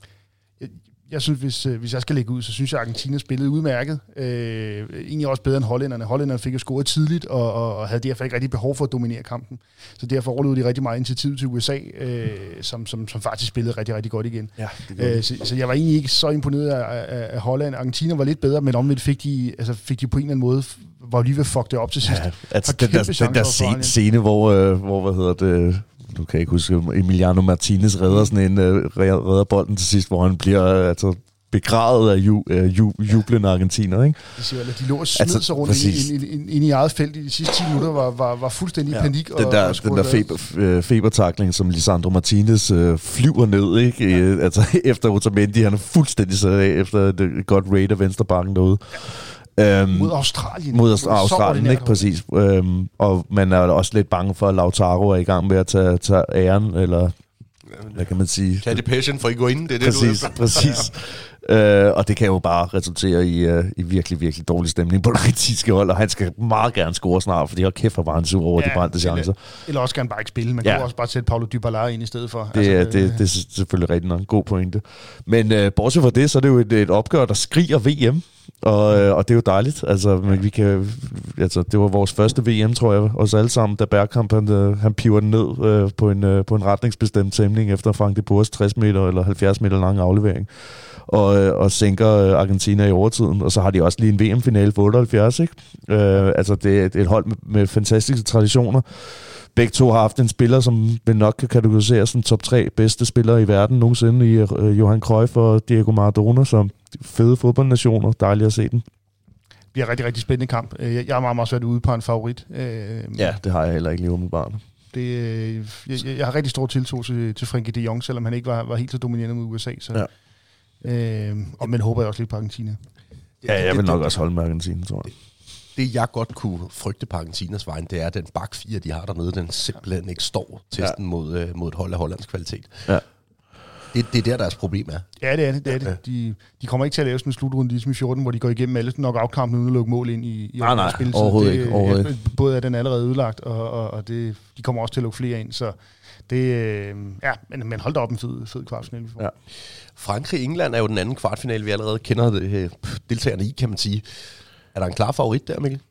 Jeg synes, hvis, hvis jeg skal lægge ud, så synes jeg, at Argentina spillede udmærket. Øh, egentlig også bedre end hollænderne. Hollænderne fik jo scoret tidligt, og, og, og havde derfor ikke rigtig behov for at dominere kampen. Så derfor overlod de rigtig meget initiativ til U S A, øh, som, som, som faktisk spillede rigtig, rigtig godt igen. Ja, øh, så, så jeg var egentlig ikke så imponeret af, af, af Holland. Argentina var lidt bedre, men omvendt fik de, altså fik de på en eller anden måde, var lige ved at fuck det op til sidst. Ja, altså den der, den der scene, scene, hvor, øh, hvor, hvad hedder det... Du kan ikke huske, Emiliano Martinez redder sådan en uh, redder bolden til sidst, hvor han bliver uh, altså, begravet af ju, uh, ju, jublende argentiner, ikke? De, siger, de lå og smed altså, sig rundt ind, ind, ind, ind i eget felt i de sidste ti minutter, var, var, var fuldstændig i ja, panik. Den der, og, den der feber, febertakling, som Lisandro Martinez uh, flyver ned, ikke? Ja. Uh, altså efter Otamendi, han er fuldstændig sat af efter et godt raid af venstrebakken derude. Ja. Øhm, mod Australien. Mod Aust- Australien, ikke præcis. Øhm, og man er også lidt bange for, at Lautaro er i gang med at tage, tage æren, eller hvad kan man sige? Tag det passion for at gå ind, det er det, præcis, du præcis. Øh, og det kan jo bare resultere i, uh, i virkelig, virkelig dårlig stemning på det kritiske hold, og han skal meget gerne score snart, fordi hold kæft, hvor var han sur over ja, de brændte chancer. Eller også gerne bare ikke spille. Man ja. kan også bare sætte Paulo Dybala ind i stedet for. Det, altså, det, det, det er selvfølgelig rigtig nok en god pointe. Men uh, bortset fra det, så er det jo et, et opgør, der skriger V M. Og, øh, og det er jo dejligt. Altså, men vi kan, altså, det var vores første V M, tror jeg, os alle sammen, da Bergkamp han, øh, han piver den ned øh, på, en, øh, på en retningsbestemt tæmning efter Frank de Boers tres meter eller halvfjerds meter lang aflevering. Og, øh, og sænker øh, Argentina i overtiden. Og så har de også lige en V M-finale på otteoghalvfjerds, ikke? Øh, altså, det er et, et hold med, med fantastiske traditioner. Begge to har haft en spiller, som vil nok kan kategoriseres som top tre bedste spillere i verden nogensinde i uh, Johan Cruyff og Diego Maradona, som fede fodboldnationer. Dejligt at se den. Det bliver en rigtig, rigtig spændende kamp. Jeg er meget, meget svært ude på en favorit. Ja, det har jeg heller ikke lige umiddelbart. Det, jeg, jeg har rigtig stor tiltro til, til Frenkie de Jong, selvom han ikke var, var helt så dominerende mod U S A. Så, ja. øh, og men håber jeg også lidt på Argentina. Ja, jeg vil nok også holde med Argentina, tror jeg. Det, jeg godt kunne frygte på Argentinas vejen, det er, at den bak fire, de har dernede, den simpelthen ikke står testen ja. mod, øh, mod et hold af Hollands kvalitet. Ja. Det, det er der, deres problem er. Ja, det er det. det, er det. De, de kommer ikke til at lave sådan en slutrunde ligesom i fjorten, hvor de går igennem alle knock-out-kampene uden at lukke mål ind i, i nej, nej, spilletid. overhovedet det, ikke. Overhovedet ikke. Både er den allerede udlagt, og, og, og det, de kommer også til at lukke flere ind. Så det, øh, ja, men, men hold da op en fed, fed kvartfinale. Ja. Frankrig-England er jo den anden kvartfinale, vi allerede kender det, deltagerne i, kan man sige. Er der en klar favorit der, Mikkel?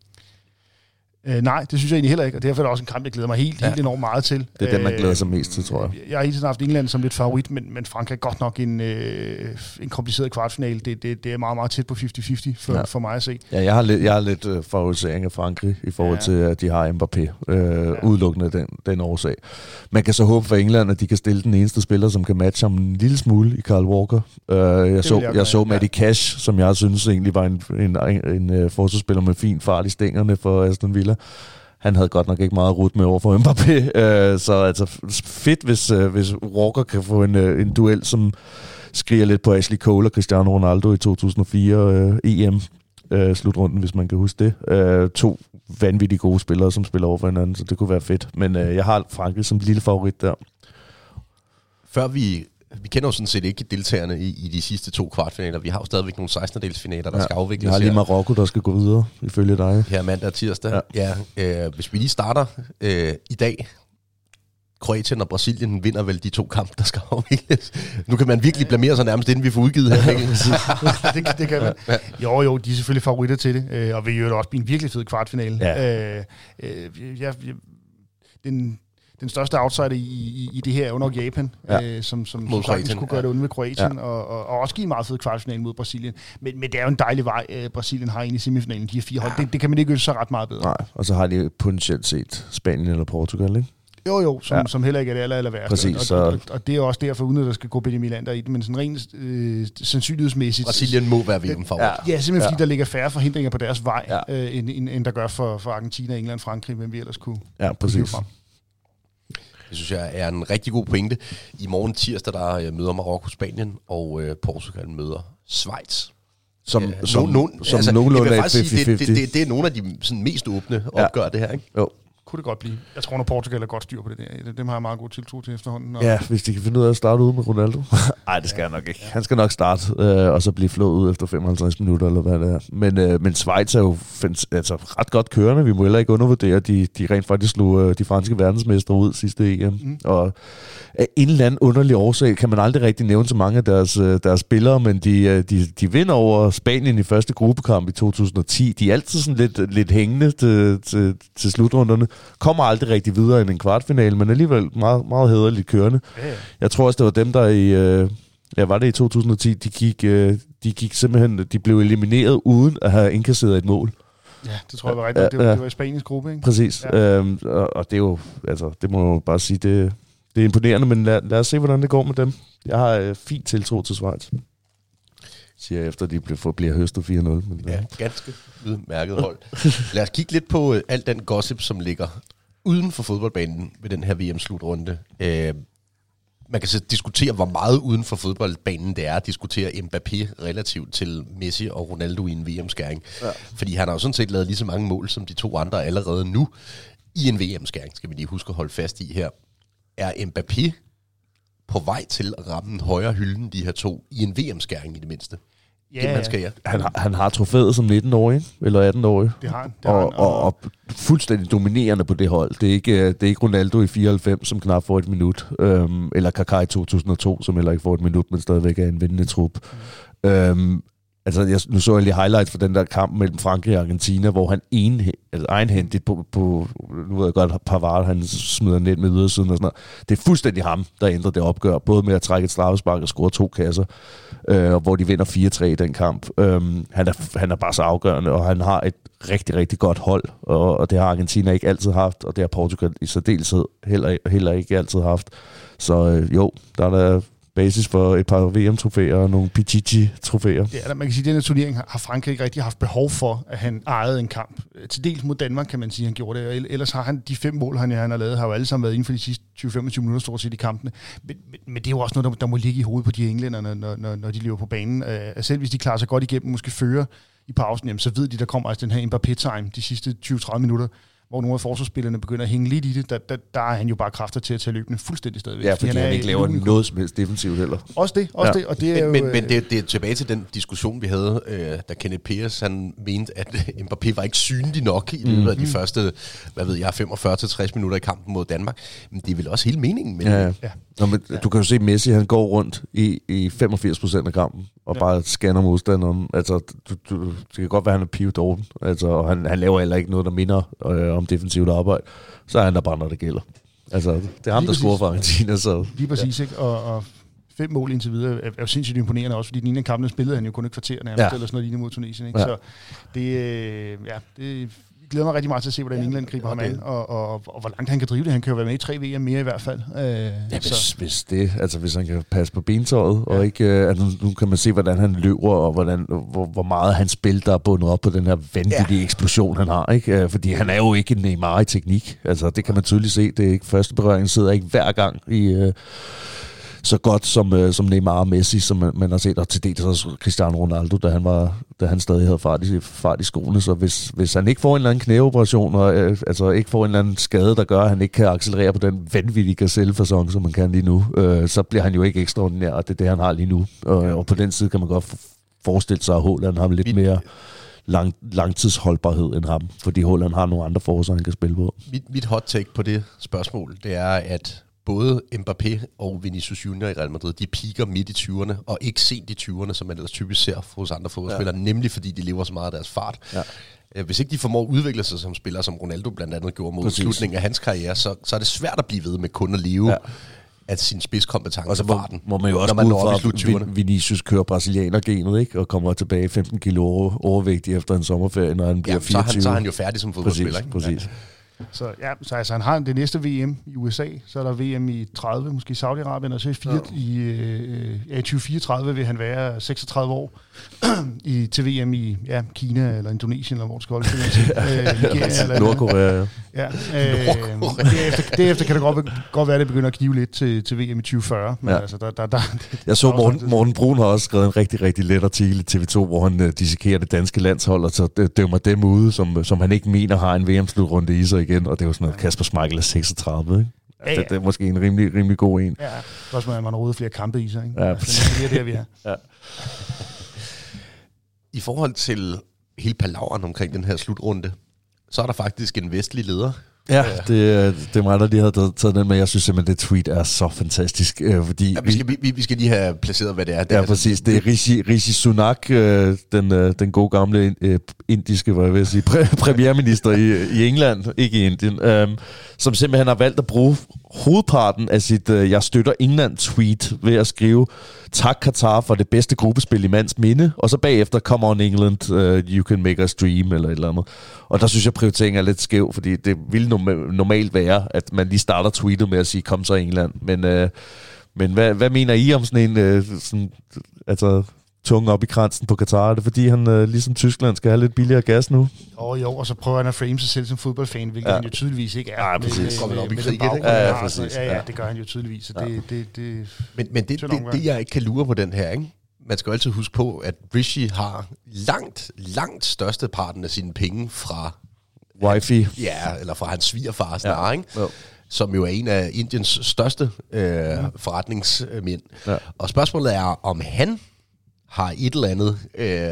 Øh, nej, det synes jeg egentlig heller ikke, og derfor er det også en kamp, jeg glæder mig helt, ja. helt enormt meget til. Det er den, man glæder sig mest til, tror jeg. Jeg har hele tiden haft England som lidt favorit, men, men Frankrig er godt nok en, øh, en kompliceret kvartfinale. Det, det, det er meget, meget tæt på halvtreds halvtreds for, ja. for mig at se. Ja, jeg har lidt, jeg har lidt uh, favorisering af Frankrig i forhold ja. til, at de har Mbappé øh, ja. udelukkende den, den årsag. Man kan så håbe for England, at de kan stille den eneste spiller, som kan matche ham en lille smule i Kyle Walker. Uh, jeg, så, jeg, jeg så Matty ja. Cash, som jeg synes egentlig var en, en, en, en uh, forsvarsspiller med fin fart i stængerne for Aston Villa. Han havde godt nok ikke meget rut med over for Mbappé, øh, så altså fedt, hvis, øh, hvis Walker kan få en, øh, en duel, som skriger lidt på Ashley Cole og Cristiano Ronaldo i to tusind og fire øh, E M-slutrunden, øh, hvis man kan huske det. Øh, to vanvittigt gode spillere, som spiller over for hinanden, så det kunne være fedt. Men øh, jeg har Frankrig som lille favorit der. Før vi... Vi kender jo sådan set ikke deltagerne i, i de sidste to kvartfinaler. Vi har jo stadigvæk nogle sekstende-delsfinaler, der ja. skal afvikles. Jeg har lige Marokko, der skal gå videre, ifølge dig. Her mandag og tirsdag. Ja. Ja, øh, hvis vi lige starter øh, i dag. Kroatien og Brasilien vinder vel de to kampe, der skal afvikles. Nu kan man virkelig blamere sig nærmest, inden vi får udgivet her. det, det kan man. Jo, jo, de er selvfølgelig favoritter til det, og vil jo også blive en virkelig fed kvartfinale. Ja. Øh, øh, jeg, jeg, den, den største outsider i, i, i det her er jo nok Japan, ja. øh, som, som, som sagtens kunne gøre det ja. Under med Kroatien, ja. og, og, og også give en meget fed kvartfinale mod Brasilien. Men, men det er jo en dejlig vej, øh, Brasilien har ind i semifinalen, de her fire hold. Ja. Det, det kan man ikke ønske sig ret meget bedre. Nej, og så har de potentielt set Spanien eller Portugal, ikke? Jo, jo, som, ja. som heller ikke er det aller, aller værste. Præcis, og, så... og, og det er også derfor, uden at der skal gå Benjamin Lander i det, men sådan rent øh, sandsynlighedsmæssigt... Brasilien må være V M-favorit. Ja, ja, simpelthen fordi ja. der ligger færre forhindringer på deres vej, ja. øh, end, end, end der gør for, for Argentina, England, Frankrig, hvem vi ellers kunne... Ja, præcis. Kunne det synes jeg er en rigtig god pointe. I morgen tirsdag, der møder Marokko Spanien, og øh, Portugal møder Schweiz. Som, ja, som, no, no, som altså, nogenlunde er halvtreds halvtreds. Det, det, det, det er nogle af de sådan, mest åbne opgør, ja. det her, ikke? Jo. Kunne det godt blive. Jeg tror, når Portugal er godt styr på det der. Dem har jeg meget god tiltro til efterhånden. Og... Ja, hvis de kan finde ud af at starte ude med Ronaldo. Nej, det skal ja. han nok ikke. Han skal nok starte, øh, og så blive flået ud efter femoghalvtreds minutter, eller hvad det er. Men, øh, men Schweiz er jo find, altså, ret godt kørende. Vi må heller ikke undervurdere, de, de rent faktisk slog øh, de franske verdensmestre ud sidste E M. Mm. Og af en eller anden underlig årsag kan man aldrig rigtig nævne så mange af deres, øh, deres spillere, men de, de, de vinder over Spanien i første gruppekamp i to tusind og ti. De er altid sådan lidt, lidt hængende til, til, til slutrunderne. Kommer aldrig rigtig videre end en kvartfinale, men alligevel meget, meget hæderligt kørende. Ja, ja. Jeg tror også, det var dem, der i, øh, ja, var det i to tusind og ti, de gik, øh, de gik simpelthen, de blev elimineret uden at have indkasseret et mål. Ja, det tror jeg var rigtigt. Det var, ja. det var i Spaniens gruppe, ikke? Præcis. Ja. Øhm, og, og det er jo, altså, det må jeg jo bare sige, det, det er imponerende, men lad, lad os se, hvordan det går med dem. Jeg har øh, fint tiltro til Schweiz. Siger jeg efter, de bliver, bliver høstet fire nul. Men, ja, ganske udmærket hold. Lad os kigge lidt på alt den gossip, som ligger uden for fodboldbanen ved den her V M-slutrunde. Øh, man kan så diskutere, hvor meget uden for fodboldbanen det er at diskutere Mbappé relativt til Messi og Ronaldo i en V M-skæring. Ja. Fordi han har jo sådan set lavet lige så mange mål som de to andre allerede nu i en V M-skæring, skal vi lige huske at holde fast i her. Er Mbappé på vej til at ramme en højere hylden, de her to, i en V M-skæring i det mindste? Ja, det, skal, ja. han, har, han har trofæet som nitten-årig, eller atten-årig. Det har han. Det har og, han. Og, og fuldstændig dominerende på det hold. Det er ikke, det er ikke Ronaldo i fireoghalvfems, som knap får et minut, øhm, eller Kaká i to tusind og to, som heller ikke får et minut, men stadigvæk er en vindende trup. Mm. Øhm, altså, jeg, nu så jeg lige highlights for den der kamp mellem Frankrig og Argentina, hvor han en, altså egenhændigt på, på, nu ved jeg godt, Pavard, han smider net med ydersiden og sådan noget. Det er fuldstændig ham, der ændrer det opgør, både med at trække et straffespark og score to kasser, øh, hvor de vinder fire tre i den kamp. Øhm, han, er, han er bare så afgørende, og han har et rigtig, rigtig godt hold, og, og det har Argentina ikke altid haft, og det har Portugal i særdeleshed heller, heller ikke altid haft. Så øh, jo, der er der basis for et par V M-trofæer og nogle Pichichi-trofæer. Ja, man kan sige, at denne turnering har Frankrig ikke rigtig haft behov for, at han ejede en kamp. Til dels mod Danmark, kan man sige, at han gjorde det. Ellers har han de fem mål, han, han har lavet, har jo alle sammen været inden for de sidste tyve til femogtyve minutter stort set i kampene. Men, men, men det er jo også noget, der, der må ligge i hovedet på de englænder, når, når, når de lever på banen. Uh, selv hvis de klarer sig godt igennem, måske fører i pausen, jamen, så ved de, der kommer altså den her Mbappé-time de sidste tyve til tredive minutter, hvor nogle af forsvarsspillerne begynder at hænge lidt i det, der, der, der er han jo bare kræfter til at tage løbende fuldstændig stadigvæk. Ja, fordi, fordi han, han ikke laver noget som helst defensivt heller. Også det, også ja. det. Og det er men jo, men, men det, det er tilbage til den diskussion, vi havde, øh, da Kenneth Pears, han mente, at Mbappé var ikke synlig nok i løbet mm. af de første, hvad ved jeg, femogfyrre til tres minutter i kampen mod Danmark. Men det er vel også hele meningen med ja, ja. det. Ja. Nå, men ja. Du kan jo se, Messi, han går rundt i, i femogfirs procent af kampen, og ja. bare scanner modstanderen. Altså, du, du, det kan godt være, at han er pivdården, altså, og han, han laver heller ikke noget, der minder øh, om defensivt arbejde. Så er han der bare, når det gælder. Altså, det er ham, der scorer for Argentina. Så, lige præcis, ja. ikke? Og, og fem mål indtil videre er, er jo sindssygt imponerende også, fordi den ene af kampene spillede han jo kun et kvarter nærmest, ja. eller sådan noget lignende mod Tunesien. Ikke? Ja. Så det, øh, ja, det glæder mig rigtig meget til at se, hvordan ja, England griber ham an, og, og, og, og hvor langt han kan drive det. Han kan jo være med i tre V M mere i hvert fald. Øh, ja, hvis, hvis det, altså hvis han kan passe på bentøjet, ja. og ikke, altså, nu kan man se, hvordan han løber, og hvordan, hvor, hvor meget han spil, der er bundet op på den her vanvittige ja. eksplosion, han har. Ikke? Fordi han er jo ikke en Neymar i teknik. Altså, det kan man tydeligt se. Det er ikke første berøring, sidder ikke hver gang i... Øh, så godt som, øh, som Neymar og Messi, som man, man har set, og til dels også Cristiano Ronaldo, da han, var, da han stadig havde fart i, fart i skoene. Så hvis, hvis han ikke får en eller anden knæoperation, og øh, altså ikke får en eller anden skade, der gør, at han ikke kan accelerere på den vanvittige gazelle-facon, som man kan lige nu, øh, så bliver han jo ikke ekstraordinær, og det er det, han har lige nu. Og, og på den side kan man godt forestille sig, at Haaland har lidt mere lang, langtidsholdbarhed end ham, fordi Haaland har nogle andre forser, han kan spille på. Mit, mit hot take på det spørgsmål, det er, at både Mbappé og Vinicius Junior i Real Madrid, de piker midt i tyverne, og ikke sent i tyverne, som man ellers typisk ser hos andre fodboldspillere, ja. nemlig fordi de lever så meget af deres fart. Ja. Hvis ikke de formår at udvikle sig som spillere, som Ronaldo blandt andet gjorde mod Præcis. slutningen af hans karriere, så, så er det svært at blive ved med kun at leve ja. af sin spidskompetence og så farten. Må man jo også gå fra at Vinicius kører brasilianer-genet, ikke? Og kommer tilbage femten kilo overvægtig efter en sommerferie, når han bliver ja, fireogtyve. Så, han, så er han jo færdig som fodboldspiller. Præcis, ikke? præcis. Ja. Så ja, så altså, han har det næste V M i U S A, så er der V M i tredive, måske i Saudi-Arabien, og så i, fire, ja. i øh, ja, tyve fireogtredive vil han være seksogtredive år i, til V M i ja, Kina eller Indonesien, eller hvor det skal holde til. Nordkorea, ja. ja øh, derefter, derefter kan det godt, godt være, at det begynder at knive lidt til, til V M i tyve fyrre. Men ja. altså, der, der, der, Jeg så, Morten, Morten Brun har også skrevet en rigtig, rigtig let artikel i T V to, hvor han uh, dissekerer det danske landshold, og så dømmer dem ude, som, som han ikke mener har en V M-slutrunde i sig igen, og det er jo sådan noget, Kasper Schmeichel er seksogtredive, ikke? Ja, ja. Det, det er måske en rimelig, rimelig god en. Ja, også at man har rodet flere kampe i sig, ikke? Ja, altså, det er der, vi er. Ja. I forhold til hele palaveren omkring den her slutrunde, så er der faktisk en vestlig leder. Ja, det, det er mig, der lige havde taget den med. Jeg synes simpelthen, det tweet er så fantastisk. Øh, fordi ja, vi, skal, vi, vi skal lige have placeret, hvad det er. Det ja, er præcis. Det er Rishi, Rishi Sunak, øh, den, øh, den gode gamle øh, indiske, hvad jeg vil sige, præ- premierminister i, i England, ikke i Indien, øh, som simpelthen har valgt at bruge hovedparten af sit øh, jeg støtter England-tweet ved at skrive tak Qatar for det bedste gruppespil i mands minde, og så bagefter come on England, uh, you can make us dream, eller et eller andet. Og der synes jeg, prioriteringen er lidt skæv, fordi det ville normalt være, at man lige starter tweetet med at sige, kom så England. Men, øh, men hvad, hvad mener I om sådan en, øh, sådan, altså, tunge op i kransen på Qatar? Er det fordi, han øh, ligesom Tyskland skal have lidt billigere gas nu? Åh oh, jo, og så prøver han at frame sig selv som fodboldfan, hvilket ja. han jo tydeligvis ikke er. Ja, præcis. Med, med, op i med krig, den ikke? Ja, ja, præcis. Ja, ja, det gør han jo tydeligvis. Så ja. det, det, det, men men det, det, det, jeg ikke kan lure på den her, ikke? Man skal jo altid huske på, at Rishi har langt, langt største parten af sine penge fra Wifi. Ja, eller fra hans svigerfar snarere, ja. ikke? Jo. Som jo er en af Indiens største øh, ja. forretningsmænd. Ja. Og spørgsmålet er, om han har et eller andet øh,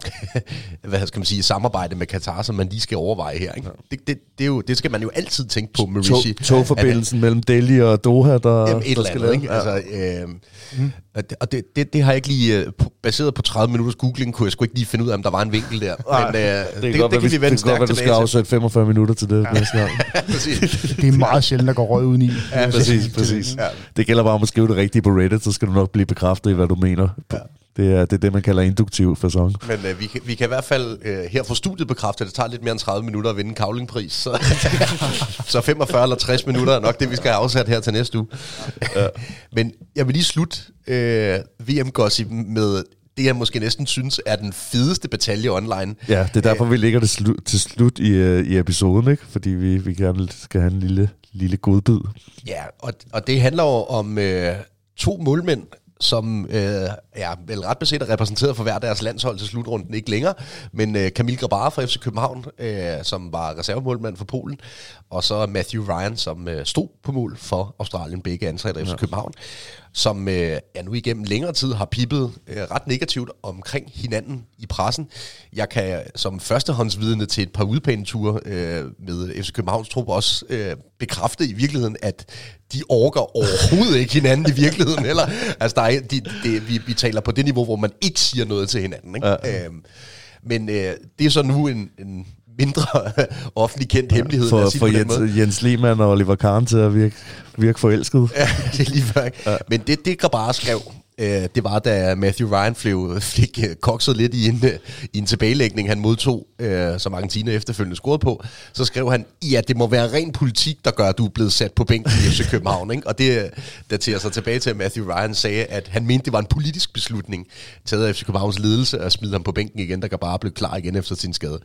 hvad skal man sige, samarbejde med Qatar, som man lige skal overveje her. Ikke? Ja. Det, det, det, er jo, det skal man jo altid tænke på med Rishi. Togforbindelsen mellem Delhi og Doha, der, jamen, et der eller skal andet, ikke? Ja. Altså, øh, mm. Og det, det, det har jeg ikke lige, baseret på tredive minutters googling, kunne jeg sgu ikke lige finde ud af, om der var en vinkel der. Nej, men øh, det, det, det, godt, det kan vi vende stærkt tilbage til. Du skal afsætte femogfyrre minutter til det. Ja. Det er meget sjældent, der går røg uden i. Ja, præcis, præcis. Ja. Det gælder bare om at skrive det rigtigt på Reddit, så skal du nok blive bekræftet i, hvad du mener. Ja. Det er, det er det, man kalder induktiv facon. Men øh, vi, kan, vi kan i hvert fald øh, her fra studiet bekræfte, at det tager lidt mere end tredive minutter at vinde en kavlingpris. Så, så femogfyrre eller tres minutter er nok det, vi skal have afsat her til næste uge. Ja. Men jeg vil lige slutte øh, V M-gossip med det, jeg måske næsten synes er den fedeste batalje online. Ja, det er derfor, Æh, vi ligger det slu- til slut i, uh, i episoden, ikke? Fordi vi, vi gerne skal have en lille, lille godbid. Ja, og, og det handler jo om øh, to målmænd, som øh, er vel ret beset er repræsenteret for hver deres landshold til slutrunden, ikke længere, men øh, Kamil Grabara fra F C København, øh, som var reservemålmand for Polen, og så Matthew Ryan, som øh, stod på mål for Australien, begge ansat af F C ja. København, som øh, ja, nu igennem længere tid har pippet øh, ret negativt omkring hinanden i pressen. Jeg kan som førstehåndsvidne til et par udbaneture øh, med F C Københavns trup også øh, bekræfte i virkeligheden, at de orker overhovedet ikke hinanden i virkeligheden heller. Altså, der er, de, de, vi, vi taler på det niveau, hvor man ikke siger noget til hinanden. Ikke? Ja. Øhm, men øh, det er så nu en, en mindre offentlig kendt ja, hemmelighed. For, for Jens, Jens Lehmann og Oliver Kahn til at virke, virke forelsket. Ja, det er lige før. Ja. Men det, det Grabara skrev, øh, det var, da Matthew Ryan fik, fik kokset lidt i en, i en tilbagelægning, han modtog, øh, som Argentina efterfølgende scorede på. Så skrev han, ja, det må være ren politik, der gør, at du er blevet sat på bænken i F C København. Ikke? Og det daterer sig tilbage til, at Matthew Ryan sagde, at han mente, det var en politisk beslutning, taget af F C Københavns ledelse, at smide ham på bænken igen, der kan bare blive klar igen efter sin skade.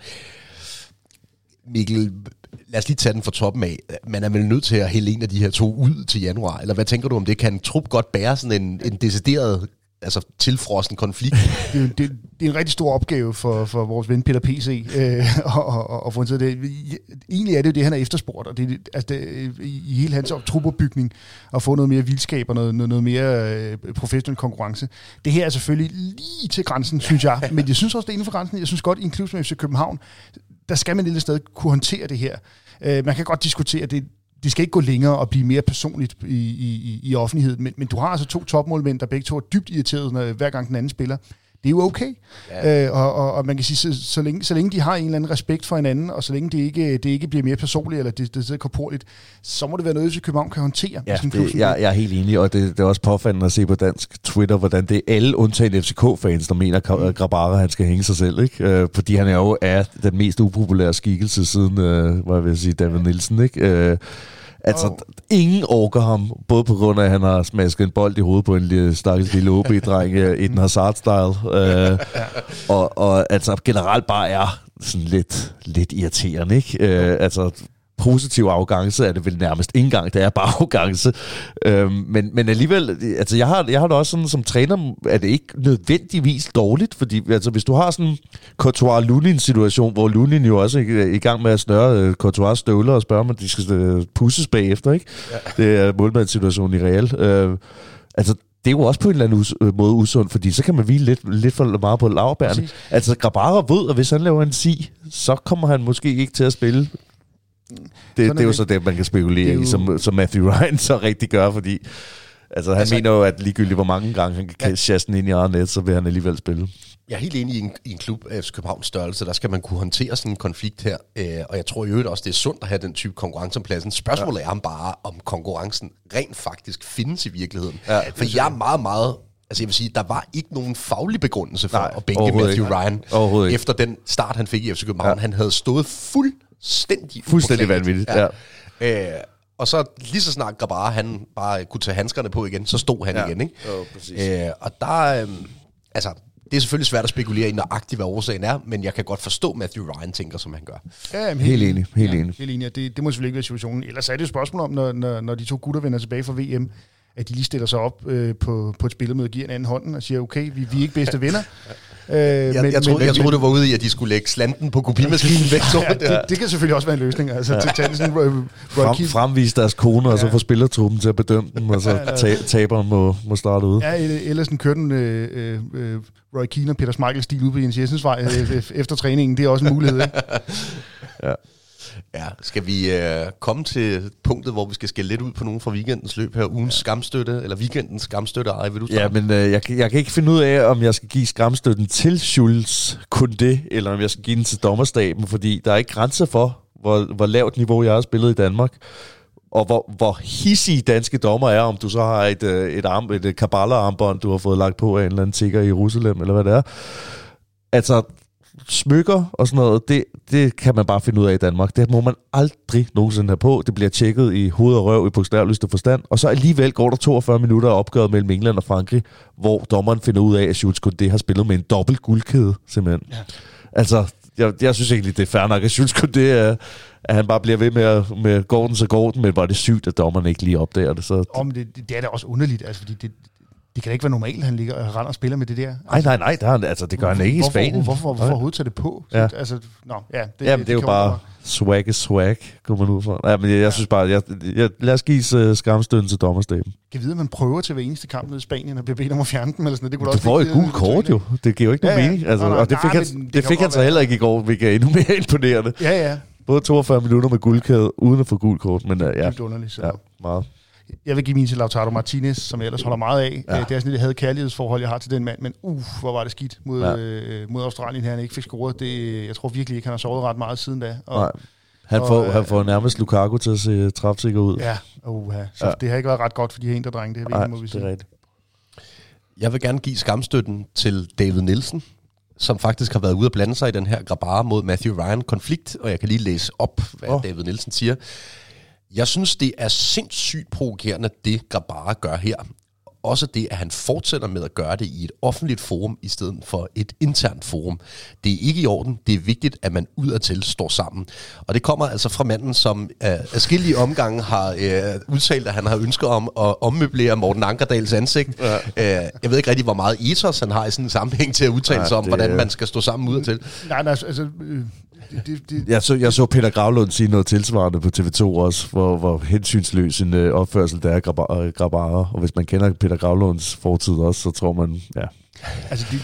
Mikkel, lad os lige tage den fra toppen af. Man er vel nødt til at hælde en af de her to ud til januar, eller hvad tænker du om det? Kan en trup godt bære sådan en, en decideret, altså tilfrossen konflikt? Det, det, det er en rigtig stor opgave for, for vores ven Peter P C øh, og, og, og få det. Egentlig er det jo det, han er efterspurgt, og det, altså det, i hele hans trupopbygning at få noget mere vildskab og noget, noget, noget mere øh, professionel konkurrence. Det her er selvfølgelig lige til grænsen, synes jeg, men jeg synes også, det er inden for grænsen. Jeg synes godt, i en klub som F C København, der skal man et eller andet sted kunne håndtere det her. Uh, man kan godt diskutere det. det skal ikke gå længere og blive mere personligt i, i, i offentligheden, men, men du har altså to topmålmænd, der begge to er dybt irriteret, når, hver gang den anden spiller. Det er jo okay, ja. øh, og, og, og man kan sige, så, så, længe, så længe de har en eller anden respekt for hinanden, og så længe det ikke, det ikke bliver mere personligt, eller det, det er korporligt, så må det være noget, som København kan håndtere. Ja, det, jeg, jeg er helt enig, og det, det er også påfaldende at se på dansk Twitter, hvordan det er alle undtagen F C K-fans, der mener, at mm. Grabara, han skal hænge sig selv, ikke? Øh, fordi han er jo er den mest upopulære skikkelse siden, øh, hvad vil jeg sige, David Nielsen, ikke? Øh, Altså, oh. ingen orker ham, både på grund af, at han har smasket en bold i hovedet på en lille, stakkels lille O B-dreng i den Hazard-style. Øh, og, og altså generelt bare er sådan lidt, lidt irriterende, ikke? Øh, altså, positiv arrogance er det vel nærmest ikke engang, det er bare arrogance. Øhm, men, men alligevel, altså jeg har, jeg har det også sådan, som træner, er det ikke nødvendigvis dårligt, fordi altså, hvis du har sådan en Courtois-Lunin-situation, hvor Lunin jo også er i gang med at snøre uh, Courtois støvler og spørge, om de skal uh, pusses bagefter, ikke? Ja. Det er målmandssituationen i Real. Øh, altså, det er jo også på en eller anden us- måde usundt, fordi så kan man hvile lidt, lidt for meget på laurbærne. Altså, Grabara ved, at hvis han laver en si, så kommer han måske ikke til at spille. Det, det er jo så det, man kan spekulere jo i, som, som Matthew Ryan så rigtig gør, fordi altså, han altså, mener jo, at ligegyldigt hvor mange gange han kan chasse den ind i eget net, så vil han alligevel spille. Jeg er helt enig i en, i en klub af F C Københavns størrelse, der skal man kunne håndtere sådan en konflikt her, øh, og jeg tror i øvrigt også, det er sundt at have den type konkurrence om pladsen. Spørgsmålet ja. er om bare, om konkurrencen rent faktisk findes i virkeligheden. Ja, for jeg er meget, meget... Altså jeg vil sige, der var ikke nogen faglig begrundelse for Nej, at bænke Matthew Ryan efter den start, han fik i F C København. Ja. Han havde stået fuld Fuldstændig, Fuldstændig vanvittigt, ja. ja. Øh, og så lige så snart Grabara, han bare kunne tage handskerne på igen, så stod han ja. igen, ikke? Jo, præcis. Øh, og der, øh, altså, det er selvfølgelig svært at spekulere i nøjagtigt, hvad årsagen er, men jeg kan godt forstå, Matthew Ryan tænker, som han gør. Ja, jamen, helt enig, helt ja, enig. Helt enig. Det, det må selvfølgelig ikke være situationen. Ellers er det jo et spørgsmål om, når, når, når de to gutter vender tilbage fra V M, at de lige stiller sig op øh, på, på et spillermøde og giver en anden hånden og siger, okay, vi, vi er ikke bedste venner. Øh, jeg, men, jeg, troede, men, jeg troede, det var ude i, at de skulle lægge slanten på kopimaskinen væk. Ja, det, det kan selvfølgelig også være en løsning. Altså, ja. til, til sådan, Roy, Roy Frem, fremvise deres koner, ja. og så få spillertruppen til at bedømme dem, og så ja, taberen må, må starte ud. Ja, ellers den kørte den øh, øh, Roy Keane og Peter Schmeichel-stil ude på Jens Jessens vej øh, efter træningen. Det er også en mulighed, ikke? Ja. Ja, skal vi øh, komme til punktet, hvor vi skal skælde lidt ud på nogen fra weekendens løb her, ugens ja. skamstøtte, eller weekendens skamstøtte, Ej, vil du starte? Ja, men øh, jeg, jeg kan ikke finde ud af, om jeg skal give skamstøtten til Schulz, kun det, eller om jeg skal give den til dommerstaben, fordi der er ikke grænser for, hvor, hvor lavt niveau jeg har spillet i Danmark, og hvor, hvor hissige danske dommer er, om du så har et, et, arm, et Kabbalah-armbånd, du har fået lagt på af en eller anden tigger i Jerusalem, eller hvad det er. Altså, smykker og sådan noget, det, det kan man bare finde ud af i Danmark. Det må man aldrig nogensinde have på. Det bliver tjekket i hoved og røv i bogstaveligste forstand, og så alligevel går der toogfyrre minutter af opgøret mellem England og Frankrig, hvor dommeren finder ud af, at Jules Koundé har spillet med en dobbelt guldkæde, simpelthen. Ja. Altså, jeg, jeg synes egentlig, det er fair nok, at Jules Koundé er, at han bare bliver ved med, at, med Gordon så Gordon, men var det sygt, at dommeren ikke lige opdager det. Så oh, men det, det er da også underligt, altså, fordi det Det kan da ikke være normalt, at han ligger og render og spiller med det der. Nej, nej, nej, det, har, altså, det gør han ikke hvorfor, i Spanien. Hvorfor, hvorfor, hvorfor overhovedet tage det på? Ja. Altså, no, ja, det, Jamen, det, det, det er jo bare swag is swag, går man ud fra. Ja, men jeg, jeg ja. synes bare, jeg, jeg, lad os give uh, skamstøtten til dommerstaben. Kan vide, at man prøver til hver eneste kamp nede i Spanien og bliver bedt om at fjerne dem, eller sådan noget. Det kunne du får et gult kort jo. Det giver jo ikke ja, nogen ja. mening. Altså, nej, nej, og det fik, nej, han, det det fik han så heller ikke i går, hvilket er endnu mere imponerende. Ja, ja. Både toogfyrre minutter med guldkæde, uden at få gult kort. Men uh, ja, det er underligt, så. Ja, meget. Jeg vil give min til Lautaro Martinez, som jeg ellers holder meget af. Ja. Det er sådan et had kærlighedsforhold, jeg har til den mand, men uff, hvor var det skidt mod, ja. øh, mod Australien, her han ikke fik scoret. Det, jeg tror virkelig ikke, han har sovet ret meget siden da. Og, Nej. Han, og, får, øh, han får nærmest Lukaku til at se træfsikker ud. Ja, uh, så ja. det har ikke været ret godt for de her indre drenge. Det, Nej, må vi det er rigtigt. Jeg vil gerne give skamstøtten til David Nielsen, som faktisk har været ude at blande sig i den her Grabara mod Matthew Ryan-konflikt, og jeg kan lige læse op, hvad oh. David Nielsen siger. Jeg synes, det er sindssygt provokerende, det Grabara gør her. Også det, at han fortsætter med at gøre det i et offentligt forum, i stedet for et internt forum. Det er ikke i orden. Det er vigtigt, at man udadtil står sammen. Og det kommer altså fra manden, som uh, adskillige omgange har uh, udtalt, at han har ønsket om at ommøblere Morten Ankerdals ansigt. Ja. Uh, jeg ved ikke rigtig, hvor meget ethos han har i sådan en sammenhæng til at udtale sig ja, om, hvordan man skal stå sammen udadtil. Nej, nej, altså... Øh Det, det, jeg, så, jeg så Peter Gravlund sige noget tilsvarende på T V to også, hvor, hvor hensynsløs en øh, opførsel der er Grabara, Grabara. Og hvis man kender Peter Gravlunds fortid også, så tror man, ja. Altså, det,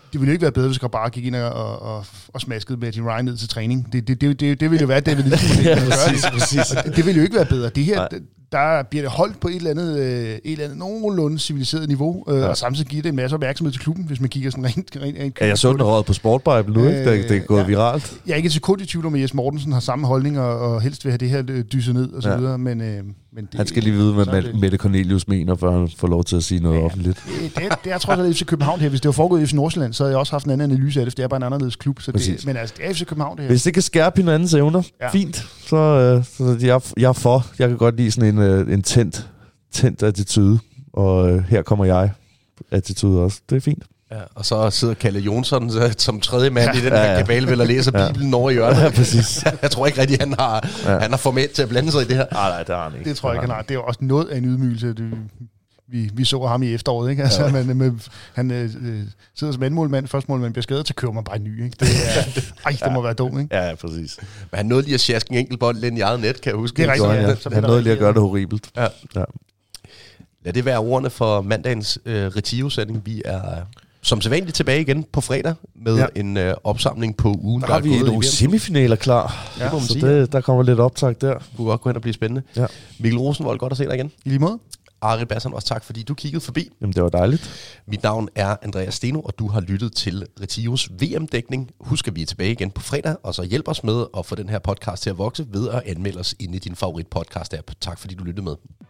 det ville jo ikke være bedre, hvis jeg bare gik ind og, og, og, og smaskede med Jim Ryan ned til træning. Det, det, det, det, det ville jo være David Nielsen. Ja, præcis, præcis. Det, det ville jo ikke være bedre. Det her, der bliver det holdt på et eller andet, et eller andet nogenlunde civiliseret niveau, ja. Og samtidig giver det en masse opmærksomhed til klubben, hvis man kigger sådan rent... rent, rent ja, jeg så den råd på Sportbible nu, ikke? Det, det er gået ja. viralt. Jeg er ikke et sekund i tvivl om, at Jes Mortensen har samme holdning, og, og helst vil have det her dyset ned, og så ja. videre, men... Øh, men det, han skal lige vide, hvad Mette Cornelius mener, før han får lov til at sige noget ja, offentligt. Det, det, det er trods alt F C København her. Hvis det var foregået i F C Nordsjælland, så havde jeg også haft en anden analyse af det, for det er bare en anderledes klub. Så det, men altså, det er F C København det her. Hvis det kan skærpe hinandens evner, ja. fint, så, øh, så jeg, jeg er for. Jeg kan godt lide sådan en, øh, en tændt, tændt attitude, og øh, her kommer jeg attitude også. Det er fint. Ja, og så sidder Kalle Jonsson så, som tredje mand ja, i den her ja, ja. kabale vel og læser ja. Bibelen over i hjørnet. Ja, præcis. Jeg tror ikke rigtig, han har, ja. han har formelt til at blande sig i det her. Nej, nej, det har han ikke. Det tror jeg ikke, han har. Det er også noget af en ydmygelse. Det, vi, vi så ham i efteråret, ikke? Altså, ja. man, med, han øh, sidder som andenmålmand, førstemålmand bliver skadet, så kører man bare en ny, ikke? Det er, ej, det ja. må være dumt, ikke? Ja, ja, præcis. Men han nåede lige at sjaske en enkelt bold ind i eget net, kan jeg huske. Det er rigtigt, ja. ja. Han nåede lige at gøre det horribelt. Ja. ja. Lad det være ordene for mandagens øh, Retio-sending. Vi er som sædvanligt tilbage igen på fredag med ja. en øh, opsamling på ugen, der, der er vi nogle semifinaler klar. Ja, det så det, der kommer lidt optag der. Det kunne godt gå hen og blive spændende. Ja. Mikkel Rosenvold, godt at se dig igen. I lige måde. Arild Basson, også tak, fordi du kiggede forbi. Jamen, det var dejligt. Mit navn er Andreas Steno, og du har lyttet til Retios V M-dækning. Husk, at vi er tilbage igen på fredag, og så hjælp os med at få den her podcast til at vokse ved at anmelde os inde i din favorit podcast-app. Tak, fordi du lyttede med.